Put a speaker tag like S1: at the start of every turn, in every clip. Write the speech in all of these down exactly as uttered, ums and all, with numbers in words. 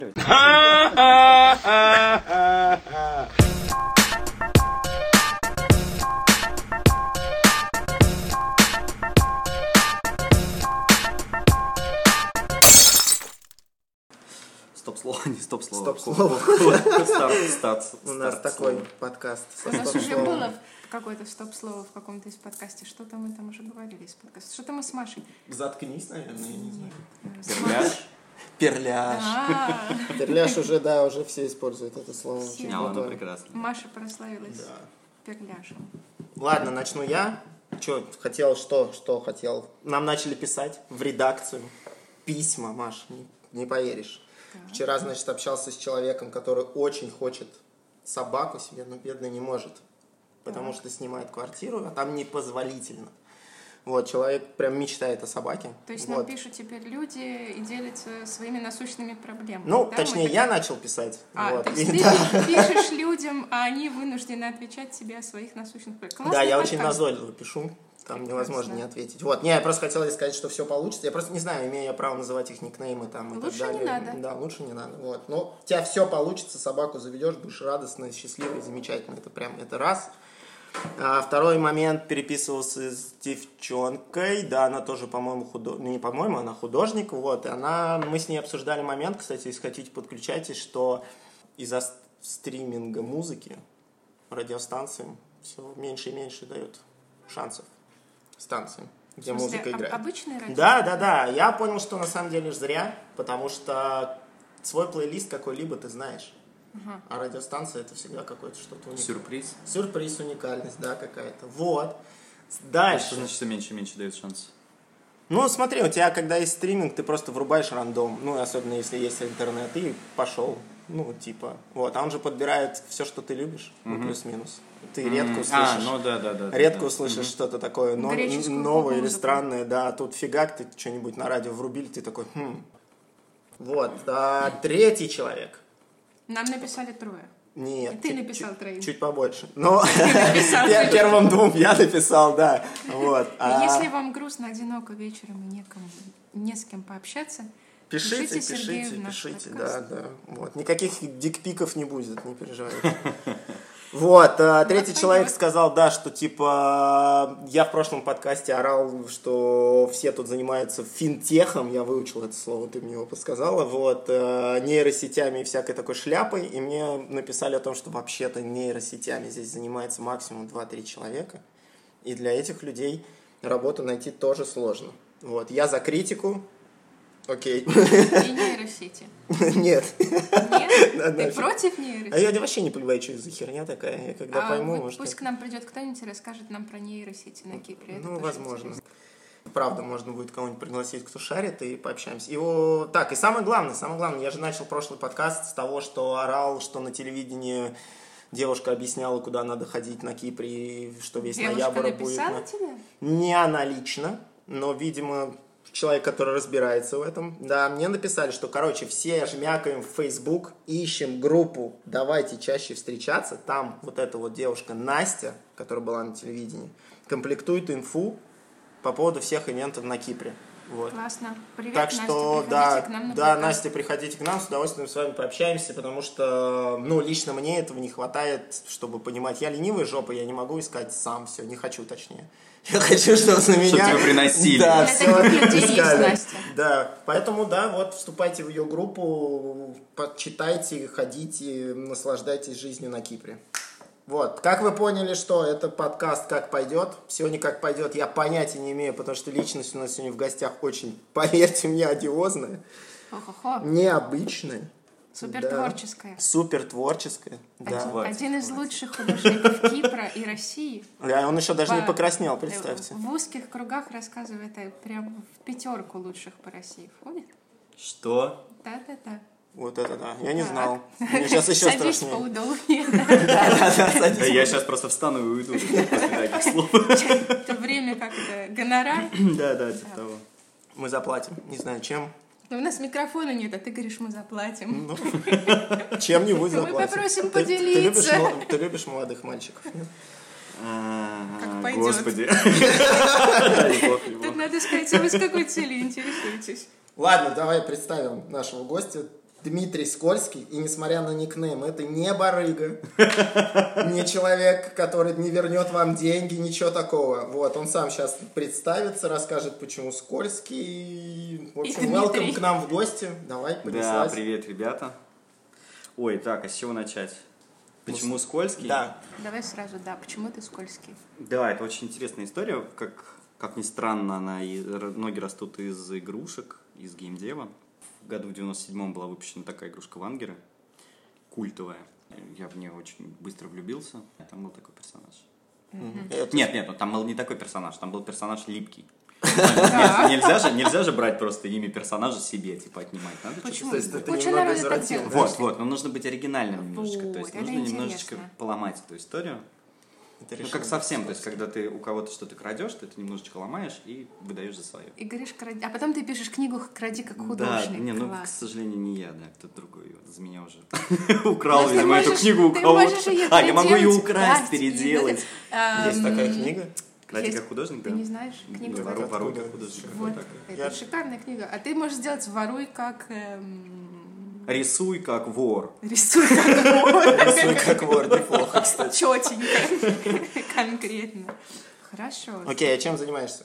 S1: Стоп-слово, не стоп-слово.
S2: Стоп-слово.
S1: Старт.
S2: У нас такой подкаст.
S3: У нас уже было какое-то стоп-слово в каком-то из подкастов. Что-то мы там уже говорили из подкаста. Что-то мы с Машей.
S2: Заткнись, наверное, я не знаю.
S1: Перляж?
S2: Перляж.
S3: А-а-а.
S2: Перляж уже, да, уже все используют это слово.
S3: Все.
S1: Не, оно прекрасно.
S3: Маша прославилась
S2: Да.
S3: перляжем.
S2: Ладно, начну я. Че, хотел, что, что хотел? Нам начали писать в редакцию письма, Маш, не, не поверишь.
S3: Так.
S2: Вчера, значит, общался с человеком, который очень хочет собаку себе, но бедный не может. Потому
S3: Так.
S2: что снимает квартиру, а там непозволительно. Вот, человек прям мечтает о собаке.
S3: То есть
S2: вот.
S3: нам пишут теперь люди и делятся своими насущными проблемами.
S2: Ну,
S3: да?
S2: точнее,
S3: Мы
S2: я
S3: так-
S2: начал писать.
S3: А,
S2: вот.
S3: то есть
S2: И
S3: ты
S2: да.
S3: пишешь людям, а они вынуждены отвечать тебе о своих насущных проблемах.
S2: Да, я очень
S3: подкаст.
S2: назойливо пишу. Там
S3: Прекрасно.
S2: невозможно не ответить. Вот, не, я просто хотела сказать, что все получится. Я просто не знаю, имею я право называть их никнеймы там и
S3: Лучше
S2: так
S3: не
S2: далее.
S3: надо.
S2: Да, лучше не надо. Вот. Но у тебя все получится, собаку заведешь, будешь радостный, счастливый, замечательный. Это прям, это раз. А второй момент, переписывался с девчонкой, да, она тоже, по-моему, художник, ну не по-моему, она художник, вот, и она, мы с ней обсуждали момент, кстати, если хотите, подключайтесь, что из-за стриминга музыки радиостанциям все меньше и меньше дают шансов станциям, где
S3: В смысле,
S2: музыка
S3: об-
S2: играет.
S3: обычные радио?
S2: Да, да, да, я понял, что на самом деле зря, потому что свой плейлист какой-либо ты знаешь.
S3: Ага.
S2: А радиостанция это всегда какое-то что-то уникальное.
S1: Сюрприз.
S2: Сюрприз, уникальность, да, какая-то. Вот.
S1: Что
S2: Дальше.
S1: значит, что меньше и меньше дают шанс?
S2: Ну, смотри, у тебя, когда есть стриминг, ты просто врубаешь рандом. Ну, особенно если есть интернет, и пошел. Ну, типа, вот. А он же подбирает все, что ты любишь, ну, плюс-минус. Ты редко услышишь.
S1: А, ну да, да, да.
S2: Редко
S1: да.
S2: услышишь что-то такое но-
S3: Греческую
S2: новое или
S3: поп-музыку.
S2: странное, да. А тут фигак, ты что-нибудь на радио врубили, ты такой, хм. Вот. А третий человек.
S3: Нам написали трое.
S2: Нет.
S3: И ты
S2: чуть-
S3: написал
S2: чуть-
S3: троим.
S2: Чуть побольше. Но
S3: написал
S2: пер-
S3: троим.
S2: первым двум я написал, да. Вот. А
S3: Если вам грустно, одиноко вечером и некому, не с кем пообщаться,
S2: Пишите,
S3: пишите Сергею
S2: пишите,
S3: в наш
S2: пишите,
S3: подкаст.
S2: да, да. Вот. Никаких дикпиков не будет, не переживайте. Вот, а, третий
S3: Вот
S2: человек
S3: пойдет.
S2: сказал, да, что типа я в прошлом подкасте орал, что все тут занимаются финтехом, я выучил это слово, ты мне его подсказала, вот, э, нейросетями и всякой такой шляпой, и мне написали о том, что вообще-то нейросетями здесь занимается максимум два-три человека, и для этих людей работу найти тоже сложно. Вот, я за критику, окей,
S3: И нейросети.
S2: нет.
S3: Нет?
S2: Да,
S3: Ты
S2: нафиг.
S3: против
S2: А
S3: нейросети?
S2: я вообще не понимаю, что это за херня такая. Я когда
S3: А
S2: пойму,
S3: вот
S2: может...
S3: пусть
S2: это-
S3: к нам придет кто-нибудь и расскажет нам про нейросети на Кипре. Это
S2: Ну,
S3: тоже
S2: возможно.
S3: интересно.
S2: Правда, можно будет кого-нибудь пригласить, кто шарит, и пообщаемся. И о, так, и самое главное, самое главное, я же начал прошлый подкаст с того, что орал, что на телевидении девушка объясняла, куда надо ходить на Кипре, и что весь
S3: Девушка
S2: ноябрь будет...
S3: написала
S2: на-
S3: тебе?
S2: Не она лично, но, видимо, человек, который разбирается в этом. Да, мне написали, что, короче, все жмякаем в Facebook, ищем группу «Давайте чаще встречаться». Там вот эта вот девушка Настя, которая была на телевидении, комплектует инфу по поводу всех ивентов на Кипре. Вот.
S3: Классно. Привет,
S2: Так
S3: Настя,
S2: что,
S3: приходите
S2: да,
S3: к нам на
S2: да,
S3: подкаст.
S2: Настя, приходите к нам, с удовольствием с вами пообщаемся, потому что, ну, лично мне этого не хватает, чтобы понимать. Я ленивая жопа, я не могу искать сам все, не хочу, точнее. Я хочу, чтобы на меня...
S1: тебе приносили.
S2: Да,
S3: Для
S2: все
S3: таких людей есть
S2: искали.
S3: Настя.
S2: Да, поэтому, да, вот, вступайте в ее группу, почитайте, ходите, наслаждайтесь жизнью на Кипре. Вот, как вы поняли, что это подкаст «Как пойдет». Сегодня «Как пойдет» я понятия не имею, потому что личность у нас сегодня в гостях очень, поверьте мне, одиозная,
S3: Хо-хо-хо.
S2: необычная.
S3: Супер
S2: Да.
S3: творческая.
S2: Супер творческая, да.
S1: Хватит,
S3: Один из
S1: хватит.
S3: лучших художников Кипра и России.
S2: А он еще даже не
S3: По-
S2: покраснел, представьте.
S3: В узких кругах рассказывает это прям в пятерку лучших по России входит.
S1: Что?
S3: Да-да-да.
S2: Вот это да, я не
S3: Так.
S2: знал. Мне сейчас еще
S3: Садись
S2: страшнее.
S3: поудобнее.
S1: Да я сейчас просто встану и уйду после таких слов.
S3: Это время как-то гонорар.
S1: Да, да, типа того.
S2: Мы заплатим, не знаю чем.
S3: Но у нас микрофона нет, а ты говоришь, мы заплатим.
S2: Ну, чем-нибудь
S3: Мы
S2: заплатим.
S3: попросим
S2: Ты- ты любишь
S3: поделиться.
S2: мол- Ты любишь молодых мальчиков, нет?
S1: А,
S3: пойдет.
S1: Господи. Неплохо,
S3: Тут надо сказать, а вы с какой целью интересуетесь?
S2: Ладно, давай представим нашего гостя. Дмитрий Скользкий, и несмотря на никнейм, это не барыга, не человек, который не вернет вам деньги, ничего такого. Вот, он сам сейчас представится, расскажет, почему Скользкий. В общем, welcome к нам в гости. Давай, понеслась.
S1: Да, привет, ребята. Ой, так, а с чего начать? Почему Скользкий?
S2: Да.
S3: Давай сразу, да, почему ты Скользкий?
S1: Да, это очень интересная история. Как, как ни странно, она и, ноги растут из игрушек, из геймдева. В году в девяносто седьмом была выпущена такая игрушка Вангеры, культовая. Я в нее очень быстро влюбился. Там был такой персонаж.
S2: Mm-hmm.
S1: Нет, нет, там был не такой персонаж, там был персонаж липкий. Нельзя же, нельзя же брать просто имя персонажа себе, типа, отнимать. Надо
S3: Почему?
S2: То есть это
S3: Куча
S2: немного
S3: народу так
S2: извратил.
S3: делает.
S1: Вот, вот, но нужно быть оригинальным немножечко.
S3: Вот,
S1: То есть
S3: это
S1: нужно немножечко
S3: интересно.
S1: поломать эту историю.
S2: Это
S1: Ну,
S2: решил
S1: как совсем, то
S2: Скользкий.
S1: есть, когда ты у кого-то что-то крадешь, ты это немножечко ломаешь и выдаешь за свое.
S3: И говоришь, кради... а потом ты пишешь книгу «Кради как
S1: Да,
S3: художник».
S1: не, ну, к
S3: Класс.
S1: сожалению, не я, да, кто-то другой вот, за меня уже украл,
S3: Но ты
S1: видимо, эту
S3: можешь-
S1: книгу у
S3: ты
S1: кого-то.
S3: можешь её
S1: А, я могу ее
S3: переделать,
S1: украсть,
S3: да,
S1: переделать.
S3: А,
S2: Есть такая
S3: м,
S2: книга?
S1: Кради
S3: есть-
S1: как художник,
S3: Ты
S1: да?
S3: не знаешь книгу?
S1: Да,
S3: «Воруй»?
S1: вору- воруй
S2: Откуда?
S1: как художник.
S3: Вот,
S1: так.
S3: это
S2: Я-
S3: шикарная книга. А ты можешь сделать «Воруй как...» эм,
S1: Рисуй как вор.
S3: Рисуй как вор.
S2: Рисуй как вор, неплохо, кстати.
S3: Четенько. Конкретно. Хорошо.
S2: Окей, а чем занимаешься?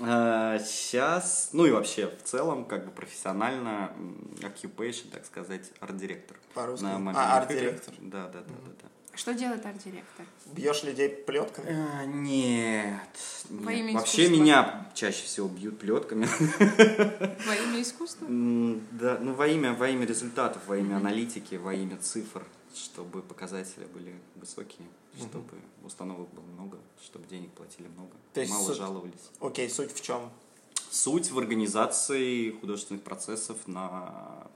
S1: Сейчас, ну и вообще в целом, как бы профессионально, м, occupation, так сказать, арт-директор.
S2: По-русски?
S1: На
S2: А,
S1: мобильных
S2: арт-директор.
S1: играх. Да, да, да, да, да.
S3: Что делает арт-директор?
S2: Бьешь людей плетками?
S1: А, нет,
S3: Во
S1: нет.
S3: имя
S1: Вообще
S3: искусства.
S1: меня чаще всего бьют плетками.
S3: Во имя искусства?
S1: М, Да, ну во имя, во имя результатов, во имя аналитики, во имя цифр, чтобы показатели были высокие, чтобы установок было много, чтобы денег платили много,
S2: То есть
S1: мало
S2: суть-
S1: жаловались.
S2: Окей, суть в чем?
S1: Суть в организации художественных процессов на,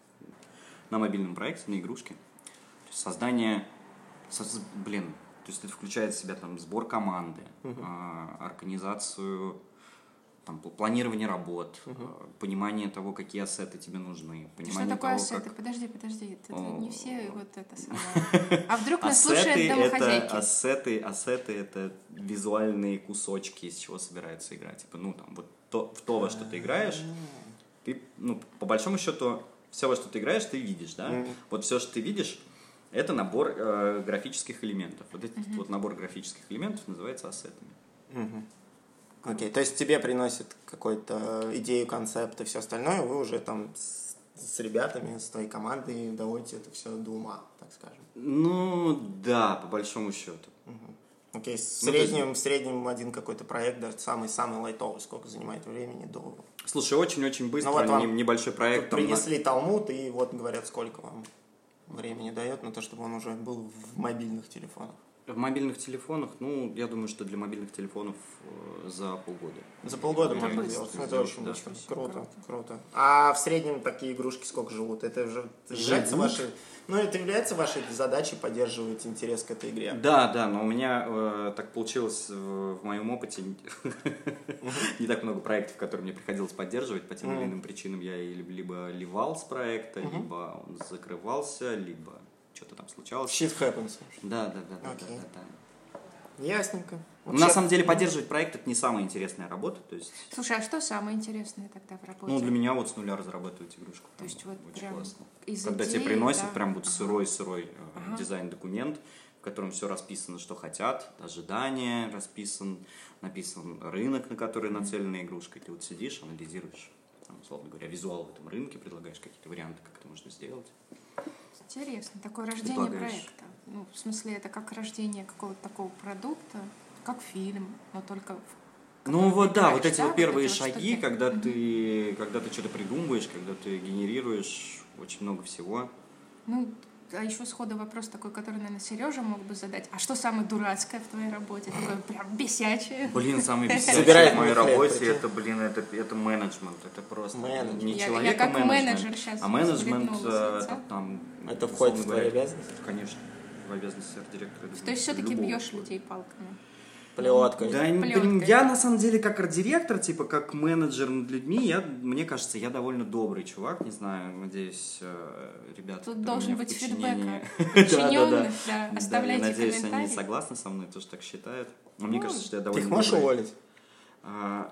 S1: на мобильном проекте, на игрушке. То есть создание, соз- блин, то есть это включает в себя там сбор команды, а, организацию, там, пл- планирование работ, а, понимание того, какие ассеты тебе нужны,
S3: Что
S1: понимание
S3: такое
S1: того,
S3: ассеты?
S1: как...
S3: Подожди, подожди. Это
S1: О.
S3: не все вот это самое. А вдруг нас
S1: Ассеты
S3: слушают
S1: это,
S3: домохозяйки?
S1: ассеты, ассеты это визуальные кусочки, из чего собирается игра. Типа, ну, там, вот то, в то, во что ты играешь, ты, ну, по большому счету, все, во что ты играешь, ты видишь, да?
S2: Мгм.
S1: Вот все, что ты видишь, это набор э, графических элементов. Вот этот вот набор графических элементов называется ассетами.
S2: Мгм. Окей, то есть тебе приносит какую-то идею, концепт и все остальное, вы уже там с, с ребятами, с твоей командой доводите это все до ума, так скажем.
S1: Ну, да, по большому счету.
S2: Окей, в
S1: Ну, то есть-
S2: среднем, в среднем один какой-то проект, даже самый-самый лайтовый, сколько занимает времени до...
S1: Слушай, очень-очень быстро,
S2: Ну, вот вам
S1: не- небольшой проект. там на-
S2: Принесли Талмуд, и вот говорят, сколько вам времени дает на то, чтобы он уже был в мобильных телефонах.
S1: В мобильных телефонах, ну, я думаю, что для мобильных телефонов э, за полгода.
S2: За полгода
S1: Это
S2: можно
S1: быстро
S2: сделать. Ну, это
S1: сделать,
S2: очень
S1: да.
S2: быстро. Круто, круто. А в среднем такие игрушки сколько живут? Это уже является
S1: Живут?
S2: вашей... Ну, это является вашей задачей поддерживать интерес к этой игре?
S1: Да, да, но у меня э, так получилось в, в моем опыте не так много проектов, которые мне приходилось поддерживать по тем или иным причинам. Я и либо ливал с проекта, либо он закрывался, либо что-то там случалось.
S2: Shit happens.
S1: Да, да, да, да,
S2: Окей.
S1: да, да, да.
S2: Ясненько.
S1: Ну, на самом деле поддерживать проект это не самая интересная работа, то есть,
S3: Слушай, а что самое интересное тогда в работе?
S1: ну для меня вот с нуля разрабатывать игрушку.
S3: То есть
S1: прям
S3: вот
S1: очень
S3: прям
S1: классно.
S3: из
S1: Когда
S3: идеи,
S1: тебе приносят
S3: да.
S1: прям вот
S3: Ага.
S1: сырой-сырой э,
S3: Ага.
S1: дизайн-документ, в котором все расписано, что хотят, ожидания расписан, написан рынок, на который нацелена игрушка, и ты вот сидишь, анализируешь, там, условно говоря, визуал в этом рынке, предлагаешь какие-то варианты, как это можно сделать.
S3: Интересно, такое рождение
S1: Предлагаешь.
S3: проекта. Ну, в смысле, это как рождение какого-то такого продукта, как фильм, но только в
S1: Ну вот да,
S3: играешь,
S1: вот эти
S3: да,
S1: вот первые
S3: вот эти вот
S1: шаги,
S3: штуки.
S1: когда
S3: Мгм.
S1: ты, когда ты что-то придумываешь, когда ты генерируешь очень много всего.
S3: Ну, а еще сходу вопрос такой, который, наверное, Сережа мог бы задать. А что самое дурацкое в твоей работе? Такое прям бесячее.
S1: Блин, самый бесячий
S2: Забирает
S1: в моей
S2: мой хлеб,
S1: работе,
S2: прикинь.
S1: это, блин, это, это менеджмент, это просто
S2: Менеджмент.
S1: не
S3: Я- я
S1: человека
S3: как
S1: менеджмент,
S3: менеджер щас
S1: а менеджмент,
S3: взлетнула с
S1: э,
S3: лица.
S1: там,
S2: Это входит в
S1: условно
S2: твои
S1: говоря,
S2: обязанности?
S1: Конечно, в обязанности арт-директора. я
S3: То
S1: думаю,
S3: есть все-таки
S1: любого
S3: бьешь
S1: входит.
S3: людей палками.
S2: Плеткой.
S1: Да, не-
S3: Плёткой.
S1: блин, я на самом деле как арт-директор, типа как менеджер над людьми, я, мне кажется, я довольно добрый чувак, не знаю, надеюсь, э, ребята,
S3: Тут
S1: которые
S3: должен
S1: у меня в
S3: быть
S1: подчинении-
S3: фидбэк от
S1: Да,
S3: подчиненных,
S1: да,
S3: да.
S1: да. Да,
S3: Оставляйте
S1: я надеюсь, они
S3: комментарии.
S1: согласны со мной, тоже так считают. Но мне
S3: Ну,
S1: кажется, что я
S2: Ты
S1: довольно
S2: их можешь
S1: добрый.
S2: уволить?
S1: А,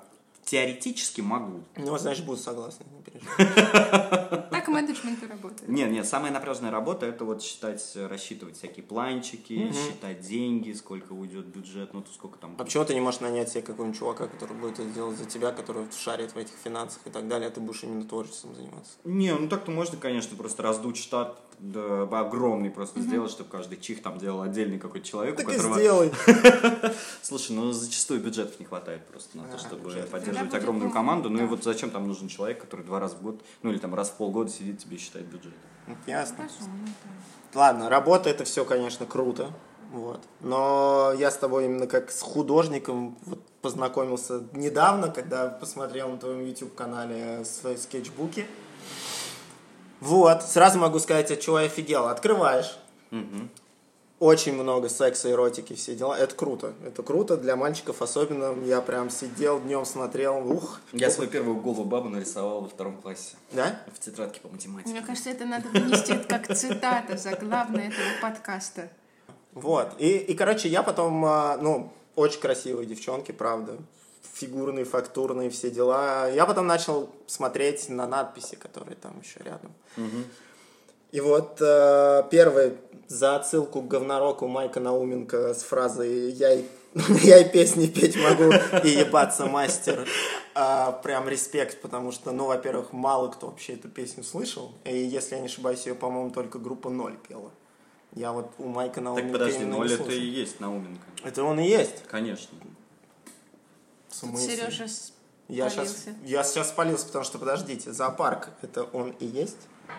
S1: теоретически могу.
S2: Ну, значит, буду согласен, не переживай.
S3: Так менеджмент и работает.
S1: Нет, нет, самая напряженная работа это вот считать, рассчитывать всякие планчики, mm-hmm. считать деньги, сколько уйдет бюджет, ну то сколько там.
S2: А почему ты не можешь нанять себе какого-нибудь чувака, который будет это делать за тебя, который шарит в этих финансах и так далее, а ты будешь именно творчеством заниматься?
S1: Не, ну так-то можно, конечно, просто раздуть штат, да, огромный просто mm-hmm. сделать, чтобы каждый чих там делал отдельный какой-то человек,
S2: так
S1: у которого...
S2: и сделай.
S1: Слушай, ну зачастую бюджетов не хватает просто на то, чтобы
S2: бюджет.
S1: поддерживать огромную команду. Ну и вот зачем там нужен человек, который два раза в год, ну или там раз в полгода сидит тебе и считает бюджет.
S2: Ясно. Ладно, работа это все, конечно, круто. Вот. Но я с тобой именно как с художником вот познакомился недавно, когда посмотрел на твоем YouTube-канале свои скетчбуки. Вот, сразу могу сказать, от чего я офигел. Открываешь.
S1: Угу.
S2: Очень много секса, эротики, все дела. Это круто. Это круто для мальчиков особенно. Я прям сидел днем, смотрел. Ух.
S1: Я свою первую голову бабу нарисовал во втором классе.
S2: Да?
S1: В тетрадке по математике.
S3: Мне кажется, это надо вынести как цитата заглавная этого подкаста.
S2: Вот. И, и, короче, я потом, ну, очень красивые девчонки, правда. Фигурные, фактурные, все дела. Я потом начал смотреть на надписи, которые там еще рядом.
S1: Угу.
S2: И вот э, первый за отсылку к говнороку Майка Науменко с фразой «Я и, я и песни петь могу, и ебаться мастер». А, прям респект, потому что, ну, во-первых, мало кто вообще эту песню слышал. И, если я не ошибаюсь, ее, по-моему, только группа «Ноль» пела. Я вот у Майка Науменко...
S1: Так подожди, «Ноль» это и есть Науменко.
S2: Это он и есть?
S1: Конечно.
S2: В смысле?
S3: Сережа
S2: я сейчас, я сейчас спалился, потому что, подождите, зоопарк, это он и есть?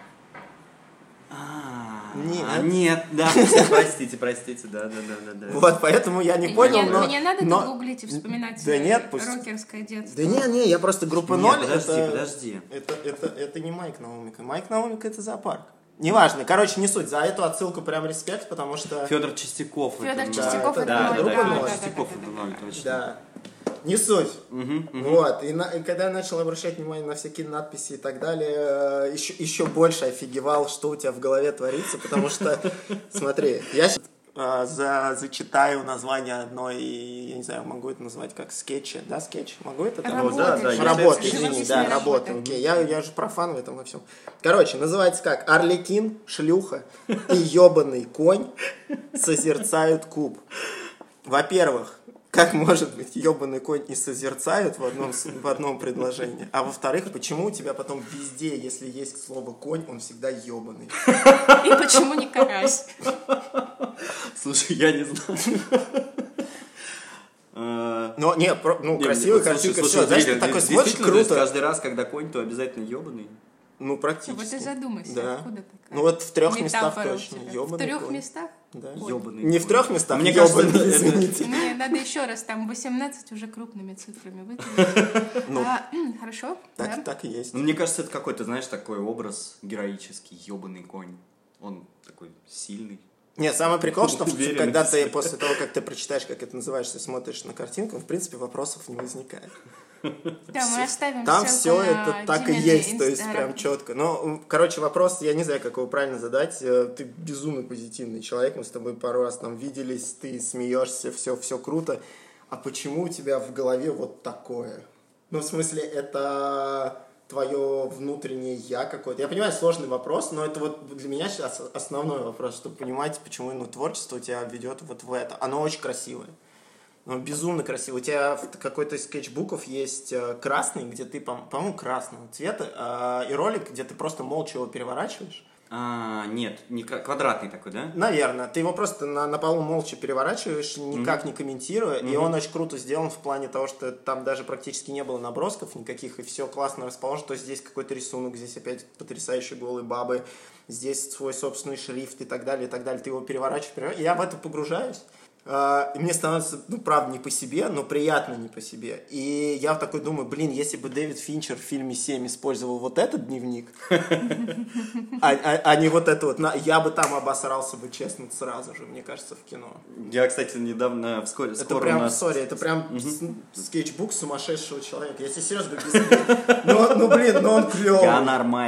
S1: А,
S2: нет.
S1: А, нет, да, простите, простите, да, да, да, да.
S2: Вот, поэтому я не понял,
S3: мне,
S2: но...
S3: Мне надо
S2: но...
S3: гуглить и вспоминать
S2: да нет, пусть...
S3: рокерское детство.
S2: Да не, не, я просто группа
S1: Нет,
S2: ноль.
S1: подожди,
S2: это...
S1: подожди.
S2: Это, это, это не Майк Науменко. Майк Науменко это зоопарк. Неважно, короче, не суть. За эту отсылку прям респект, потому что...
S1: Федор Чистяков.
S3: Федор
S1: это,
S3: Чистяков
S1: да,
S3: это
S1: да,
S3: ноль.
S1: да,
S2: группа
S1: да,
S2: ноль.
S1: Федор Чистяков это ноль, точно.
S2: Да. Не суть.
S1: Угу, угу.
S2: Вот. И, на, и когда я начал обращать внимание на всякие надписи и так далее, еще, еще больше офигевал, что у тебя в голове творится, потому что, смотри, я сейчас э, за, зачитаю название одной, я не знаю, могу это назвать как скетчи, да, скетч? Могу это? Там?
S3: Работа.
S1: Да, да,
S2: Работа,
S1: я
S2: извини,
S3: живописная
S2: да, работа.
S3: работа.
S2: Окей, я, я же профан в этом во всем. Короче, называется как? Арлекин, шлюха и ебаный конь созерцают куб. Во-первых, как может быть ебаный конь и созерцают в одном, в одном предложении? А во-вторых, почему у тебя потом везде, если есть слово конь, он всегда ебаный?
S3: И почему не карась?
S1: Слушай, я не знаю.
S2: Но нет, ну красивая картинка, все. Знаешь, ты такой смотришь, круто.
S1: Каждый раз, когда конь, то обязательно ебаный.
S2: Ну, практически.
S3: Вот и задумайся,
S2: да.
S3: откуда такая
S2: Ну вот в трех местах
S3: метафора у
S2: точно.
S3: тебя.
S2: Ёбаный
S3: В трех
S2: конь.
S3: местах?
S2: Да.
S1: Ёбаный
S2: Не
S1: конь.
S2: в трех местах,
S1: Мне
S2: ёбаный,
S1: кажется, это-
S2: извините.
S3: Мне надо еще раз, там восемнадцать уже крупными цифрами выделить.
S2: Ну,
S3: А, м, хорошо,
S2: так,
S3: да.
S2: так и есть.
S1: Ну, мне кажется, это какой-то, знаешь, такой образ героический, ебаный конь. Он такой сильный.
S2: Нет, самый прикол, что
S1: Уверенный
S2: когда
S1: в
S2: ты
S1: себе.
S2: после того, как ты прочитаешь, как это называется, и смотришь на картинку, в принципе, вопросов не возникает.
S3: Да, мы оставим
S2: Там
S3: ссылку
S2: все
S3: на
S2: это так и
S3: Димин
S2: есть, то есть
S3: инста-
S2: прям четко. Но, короче, вопрос, я не знаю, как его правильно задать. Э, Ты безумно позитивный человек, мы с тобой пару раз там виделись, ты смеешься, все, все круто. А почему у тебя в голове вот такое? Ну, в смысле, это твое внутреннее я какое-то. Я понимаю, сложный вопрос, но это вот для меня сейчас основной вопрос, чтобы понимать, почему ну, творчество у тебя ведет вот в это. Оно очень красивое. Оно безумно красиво. У тебя в какой-то из скетчбуков есть э, красный, где ты, по- по-моему, красного цвета, э, и ролик, где ты просто молча его переворачиваешь.
S1: А, нет, не кра- квадратный такой, да?
S2: Наверное. Ты его просто на, на полу молча переворачиваешь, никак не комментируя. И он очень круто сделан в плане того, что там даже практически не было набросков никаких, и все классно расположено. То есть здесь какой-то рисунок, здесь опять потрясающие голые бабы, здесь свой собственный шрифт и так далее, и так далее. Ты его переворачиваешь, переворачиваешь. И я в это погружаюсь. Uh, и мне становится, ну, правда, не по себе, но приятно не по себе. И я вот такой думаю, блин, если бы Дэвид Финчер в фильме «семь» использовал вот этот дневник, а, а, а не вот это вот, на- я бы там обосрался бы, честно, сразу же, мне кажется, в кино.
S1: Я, кстати, недавно, вскоре,
S2: Это
S1: скоро
S2: прям,
S1: у нас...
S2: сори, это прям с- скетчбук сумасшедшего человека. Я тебе серьезно говорю, без обид. Но, ну, блин, ну он клевый.
S1: Я нормальный.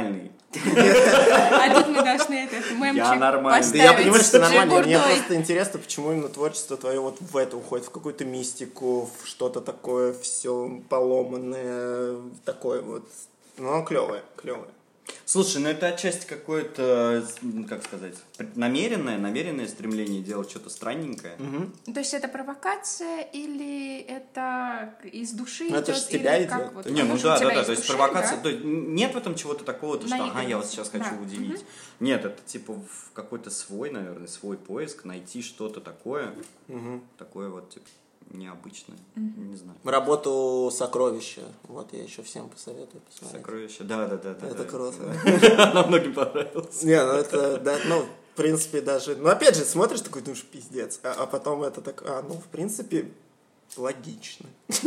S3: А тут мы должны этот мемчик
S1: Я нормально.
S3: поставить.
S2: Да я понимаю, что
S3: с
S2: нормально. Мне
S3: Джигурдой.
S2: просто интересно, почему именно творчество твое вот в это уходит, в какую-то мистику, в что-то такое все поломанное, такое вот. Ну, клевое, клевое.
S1: Слушай, ну это отчасти какое-то, м, как сказать, пред- намеренное, намеренное стремление делать что-то странненькое.
S3: То есть это провокация или это из души
S2: Ну, это
S3: идет,
S2: ж с тебя
S3: или
S2: идет.
S3: как вот?
S1: Не, ну
S3: Может,
S1: да,
S3: у тебя
S1: да, да,
S3: из
S1: то есть
S3: души,
S1: провокация,
S3: да?
S1: то есть нет в этом чего-то такого, то, что ага, я вот сейчас хочу
S3: Да.
S1: удивить. Нет, это типа в какой-то свой, наверное, свой поиск, найти что-то такое, такое вот, типа, необычное, не знаю.
S2: Работу «Сокровища». Вот я еще всем посоветую посмотреть.
S1: Сокровище, да, да, да. да,
S2: Это
S1: да.
S2: круто.
S1: Она многим понравилась.
S2: Не, ну это, да, ну, в принципе, даже... Ну, опять же, смотришь такой, думаешь, пиздец. А, а потом это так, а, ну, в принципе, логично.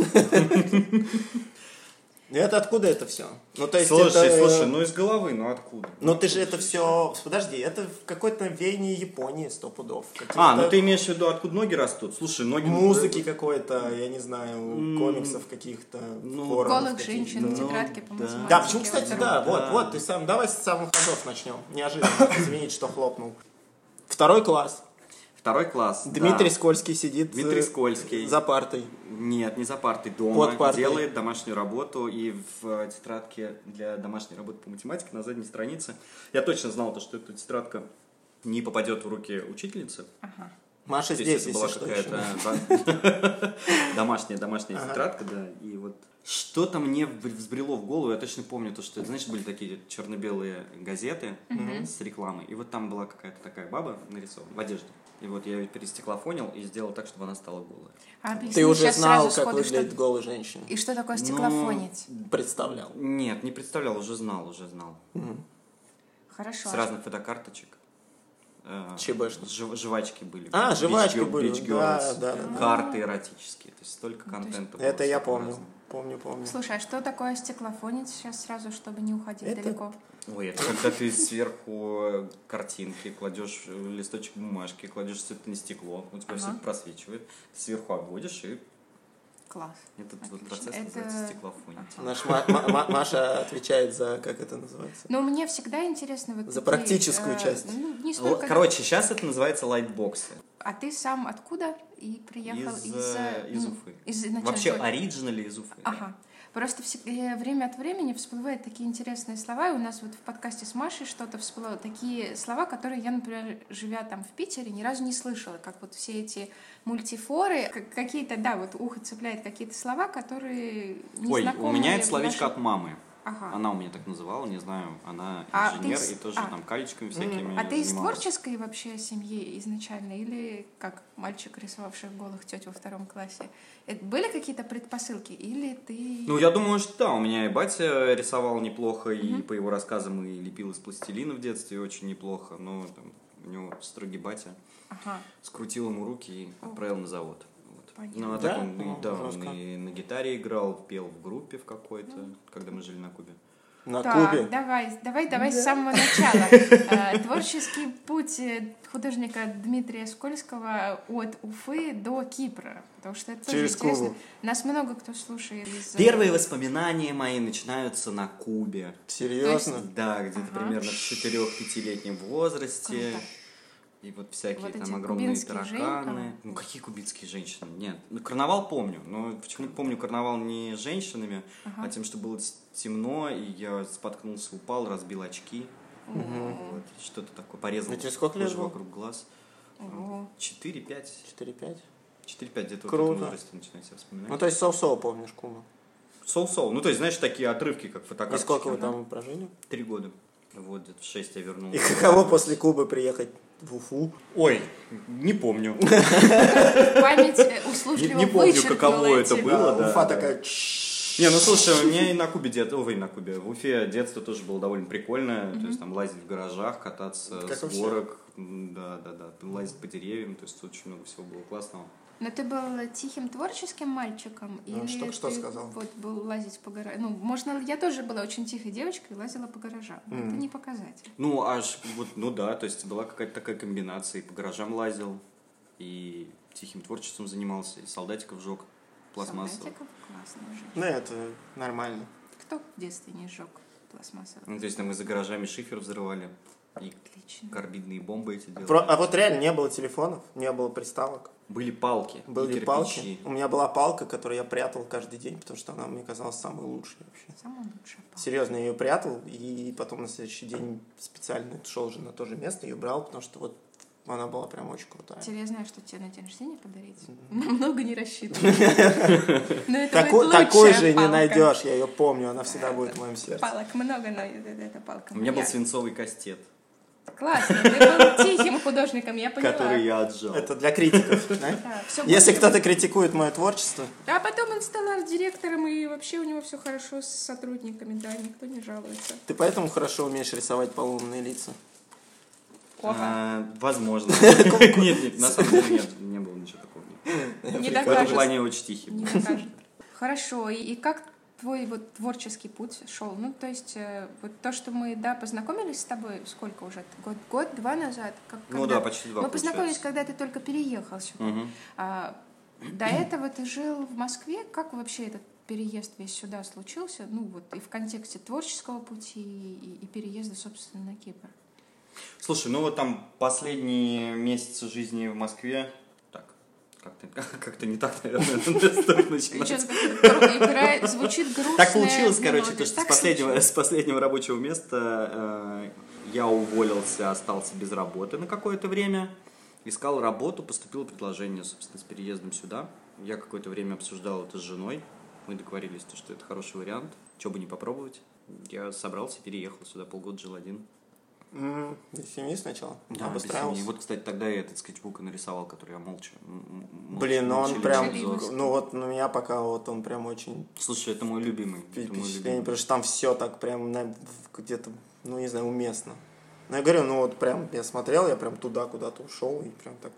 S2: И это откуда это все? Ну, то есть
S1: Слушай,
S2: это,
S1: слушай, ну из головы, ну откуда?
S2: ну, ты же это все... Подожди, это в какой-то веяние Японии сто пудов.
S1: А, ну ты имеешь в виду, откуда ноги растут? Слушай, ноги...
S2: Музыки какой-то, я не знаю,
S1: М,
S2: комиксов каких-то,
S1: ну,
S2: хорроров
S3: Голых
S2: каких-то.
S3: женщин,
S1: Ну,
S3: тетрадки по
S1: да.
S3: математике.
S2: Да, почему, кстати,
S3: вот
S2: да,
S3: это
S2: вот,
S1: Да.
S2: вот, ты сам, давай с самых ходов начнем. Неожиданно, извините, что хлопнул. Второй класс.
S1: Второй класс,
S2: Дмитрий
S1: да.
S2: Скользкий сидит
S1: Дмитрий
S2: э,
S1: Скользкий.
S2: за партой.
S1: Нет, не за партой, дома.
S2: Под партой.
S1: Делает домашнюю работу, и в э, тетрадке для домашней работы по математике на задней странице я точно знал, то, что эта тетрадка не попадет в руки учительницы.
S3: Ага.
S2: Маша
S1: То есть
S2: здесь,
S1: это
S2: если
S1: была
S2: что,
S1: какая-то да, домашняя, домашняя
S2: Ага.
S1: тетрадка, да, и вот что-то мне взбрело в голову, я точно помню то, что, знаешь, были такие черно-белые газеты с рекламой, и вот там была какая-то такая баба нарисована в одежде, и вот я ее перестеклофонил и сделал так, чтобы она стала голая.
S3: А объясни
S2: Ты уже
S3: сейчас
S2: знал,
S3: сразу
S2: как
S3: сходу,
S2: выглядит
S3: что...
S2: голая женщина.
S3: И что такое стеклофонить?
S2: Представлял.
S1: Нет, не представлял, уже знал, уже знал.
S3: Хорошо.
S1: С разных фотокарточек. Э,
S2: ЧБшных.
S1: жив- жвачки были.
S2: А,
S1: Beach
S2: жвачки
S1: Girl-
S2: были,
S1: Beach
S2: да,
S1: Girls,
S2: да, да.
S1: карты эротические. То есть столько
S3: Ну, то есть
S1: контента. было
S2: Это я
S1: всякого
S2: помню.
S1: разного.
S2: Помню, помню.
S3: Слушай, а что такое стеклофонить сейчас сразу, чтобы не уходить
S2: Это-
S3: далеко?
S1: Ой, это когда ты сверху картинки кладешь листочек бумажки, кладешь все это на стекло, у тебя
S3: Ага.
S1: все это просвечивает, ты сверху обводишь, и
S3: Класс.
S1: этот вот
S3: Отлично.
S1: процесс
S3: Это-
S1: называется стеклофония.
S2: Наш Ма- Ма- Ма- Маша отвечает за, как это называется?
S3: Но мне всегда интересно вот
S2: За
S3: такие,
S2: практическую
S3: э,
S2: часть.
S3: ну, не
S1: Л-
S3: столько...
S1: Короче, сейчас это называется лайтбоксы.
S3: А ты сам откуда и приехал
S1: Из,
S3: из...
S1: э, из
S3: ну,
S1: Уфы.
S3: из изначально
S1: Вообще
S3: твой-
S1: оригинали из Уфы.
S3: Ага. Просто всегда, время от времени всплывают такие интересные слова, и у нас вот в подкасте с Машей что-то всплыло, такие слова, которые я, например, живя там в Питере, ни разу не слышала, как вот все эти мультифоры, как- какие-то, да, вот ухо цепляет какие-то слова, которые
S1: Ой,
S3: незнакомые
S1: у меня это
S3: в
S1: словечко
S3: нашем-
S1: от мамы.
S3: Ага.
S1: Она у меня так называла, не знаю, она
S3: А ты
S1: инженер
S3: с-
S1: и тоже
S3: а.
S1: там калечками всякими
S3: А ты из
S1: занималась.
S3: творческой вообще семьи изначально или как мальчик, рисовавший голых теть во втором классе? Это были какие-то предпосылки или ты...
S1: Ну, я думаю, что да, у меня и батя рисовал неплохо, и по его рассказам и лепил из пластилина в детстве очень неплохо, но там, у него строгий батя
S3: Ага.
S1: скрутил ему руки и отправил на завод. Вот.
S3: Понятно.
S1: Ну, а
S2: Да?
S1: так он, и-
S2: О,
S1: да, он
S2: жестко.
S1: и на гитаре играл, пел в группе в какой-то, когда мы жили на Кубе.
S2: На
S3: Так,
S2: Кубе.
S3: давай, давай, давай с самого начала. Э, Творческий путь э, художника Дмитрия Скользкого от Уфы до Кипра. Потому что это тоже
S2: Через
S3: интересно.
S2: Кубу.
S3: Нас много кто слушает из... э,
S1: Первые воспоминания мои начинаются на Кубе.
S2: Серьезно?
S1: Да, где-то
S3: Ага.
S1: примерно в четырех-пятилетнем возрасте.
S3: Круто.
S1: И вот всякие
S3: Вот эти
S1: там огромные
S3: кубинские
S1: тараканы.
S3: жен-
S1: Ну какие кубинские женщины? Нет. Ну карнавал помню, но почему-то помню карнавал не с женщинами, а тем, что было темно, и я споткнулся, упал, разбил очки. Вот, что-то такое, порезал
S2: А тебе сколько лет
S1: кожу
S2: было?
S1: вокруг глаз.
S3: Ого.
S1: Четыре-пять.
S2: четыре-пять.
S1: Четыре-пять где-то в
S2: Круто.
S1: этом возрасте начинаю себя вспоминать.
S2: Ну, то есть соу-соу помнишь, Куба.
S1: Соу-соу. Ну, то есть, знаешь, такие отрывки, как
S2: И
S1: фотокарточки.
S2: сколько вы там прожили?
S1: Три года. Вот, где-то в шесть я вернулся.
S2: И каково после Кубы приехать в Уфу?
S1: Ой, не помню.
S3: Память э,
S1: Не,
S3: услужливо
S1: не помню,
S3: вычеркнула
S1: каково это
S3: эти-
S1: было, да.
S2: Уфа такая...
S1: Не, ну слушай, у меня и на Кубе детство, ой, на Кубе, в Уфе детство тоже было довольно прикольное, то есть там лазить в гаражах, кататься
S2: Как
S1: с
S2: у всех.
S1: горок, м, да, да, да, лазить по деревьям, то есть очень много всего было классного.
S3: Но ты был тихим творческим мальчиком?
S2: Ну,
S3: или
S2: ж только что
S3: ты
S2: сказал.
S3: вот был лазить по гаражам? Ну, можно, я тоже была очень тихой девочкой и лазила по гаражам. но Это не показатель.
S1: Ну, аж вот, ну да, то есть была какая-то такая комбинация, и по гаражам лазил, и тихим творчеством занимался, и солдатиков жег пластмассовых.
S3: Солдатиков классно жить.
S2: Ну, это нормально.
S3: Кто в детстве не сжег? пластмассовых.
S1: Ну, то есть там мы за гаражами шифер взрывали. И
S3: Отлично.
S1: карбидные бомбы эти делали.
S2: Про- а вот реально не было телефонов, не было приставок.
S1: Были палки. и
S2: Были
S1: кирпичи.
S2: палки. У меня была палка, которую я прятал каждый день, потому что она мне казалась самой лучшей вообще.
S3: Самая лучшая палка.
S2: Серьезно, я ее прятал, и потом на следующий день специально шел уже на то же место, ее брал, потому что вот она была прям очень крутая.
S3: Теперь я знаю, что тебе на день рождения подарить. Намного не рассчитываю. Но это будет
S2: Таку- Такую
S3: лучшая
S2: же не
S3: палка.
S2: найдешь, я ее помню, она всегда будет в моем сердце.
S3: Палок много, но это это палка
S1: У меня был
S3: моя.
S1: свинцовый кастет,
S3: Классно, ты был тихим художником, я поняла.
S1: который я отжал.
S2: Это для критиков, да?
S3: Да, всё
S2: Если
S3: будет.
S2: кто-то критикует мое творчество,
S3: А потом он стал арт-директором, и вообще у него все хорошо с сотрудниками, да, никто не жалуется.
S2: ты поэтому хорошо умеешь рисовать полуумные лица.
S3: Плохо.
S1: А, возможно. Нет, нет, на самом деле нет, не было ничего такого.
S3: Не
S1: В этом
S3: докажет.
S1: плане очень тихий.
S3: Не докажет. Хорошо, и, и как твой вот творческий путь шел? Ну, то есть, э, вот то, что мы, да, познакомились с тобой, сколько уже? Год, год, два назад? Как,
S1: Ну
S3: когда-
S1: да, почти два,
S3: Мы познакомились,
S1: получается.
S3: когда ты только переехал сюда.
S1: Мгм.
S3: А, до этого ты жил в Москве. Как вообще этот переезд весь сюда случился? Ну, вот и в контексте творческого пути, и, и переезда, собственно, на Кипр.
S1: Слушай, ну вот там последние месяцы жизни в Москве, так, как-то, как-то не так, наверное, стоит начинать.
S3: Причём как-то играет, звучит грустно.
S1: Так получилось, короче, то, что с последнего, с последнего рабочего места э, я уволился, остался без работы на какое-то время, искал работу, поступило предложение, собственно, с переездом сюда. Я какое-то время обсуждал это с женой, мы договорились, то, что это хороший вариант, что бы не попробовать. Я собрался, переехал сюда, полгода жил один.
S2: М, Без семьи сначала?
S1: Да,
S2: Обустраивался?
S1: без семьи. Вот, кстати, тогда я этот скетчбук и нарисовал, который я молча. м- м-
S2: Блин, ну он
S1: молчаливый
S2: прям,
S1: обзор.
S2: ну вот на меня пока вот он прям очень
S1: Слушай, это мой любимый. Это мой
S2: впечатление,
S1: любимый.
S2: потому что там все так прям на- где-то, ну не знаю, уместно. Ну я говорю, ну вот прям я смотрел, я прям туда куда-то ушел и прям так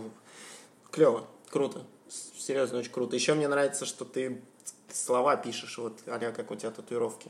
S2: клево, круто, С- серьезно очень круто. Еще мне нравится, что ты слова пишешь, вот а-ля как у тебя татуировки.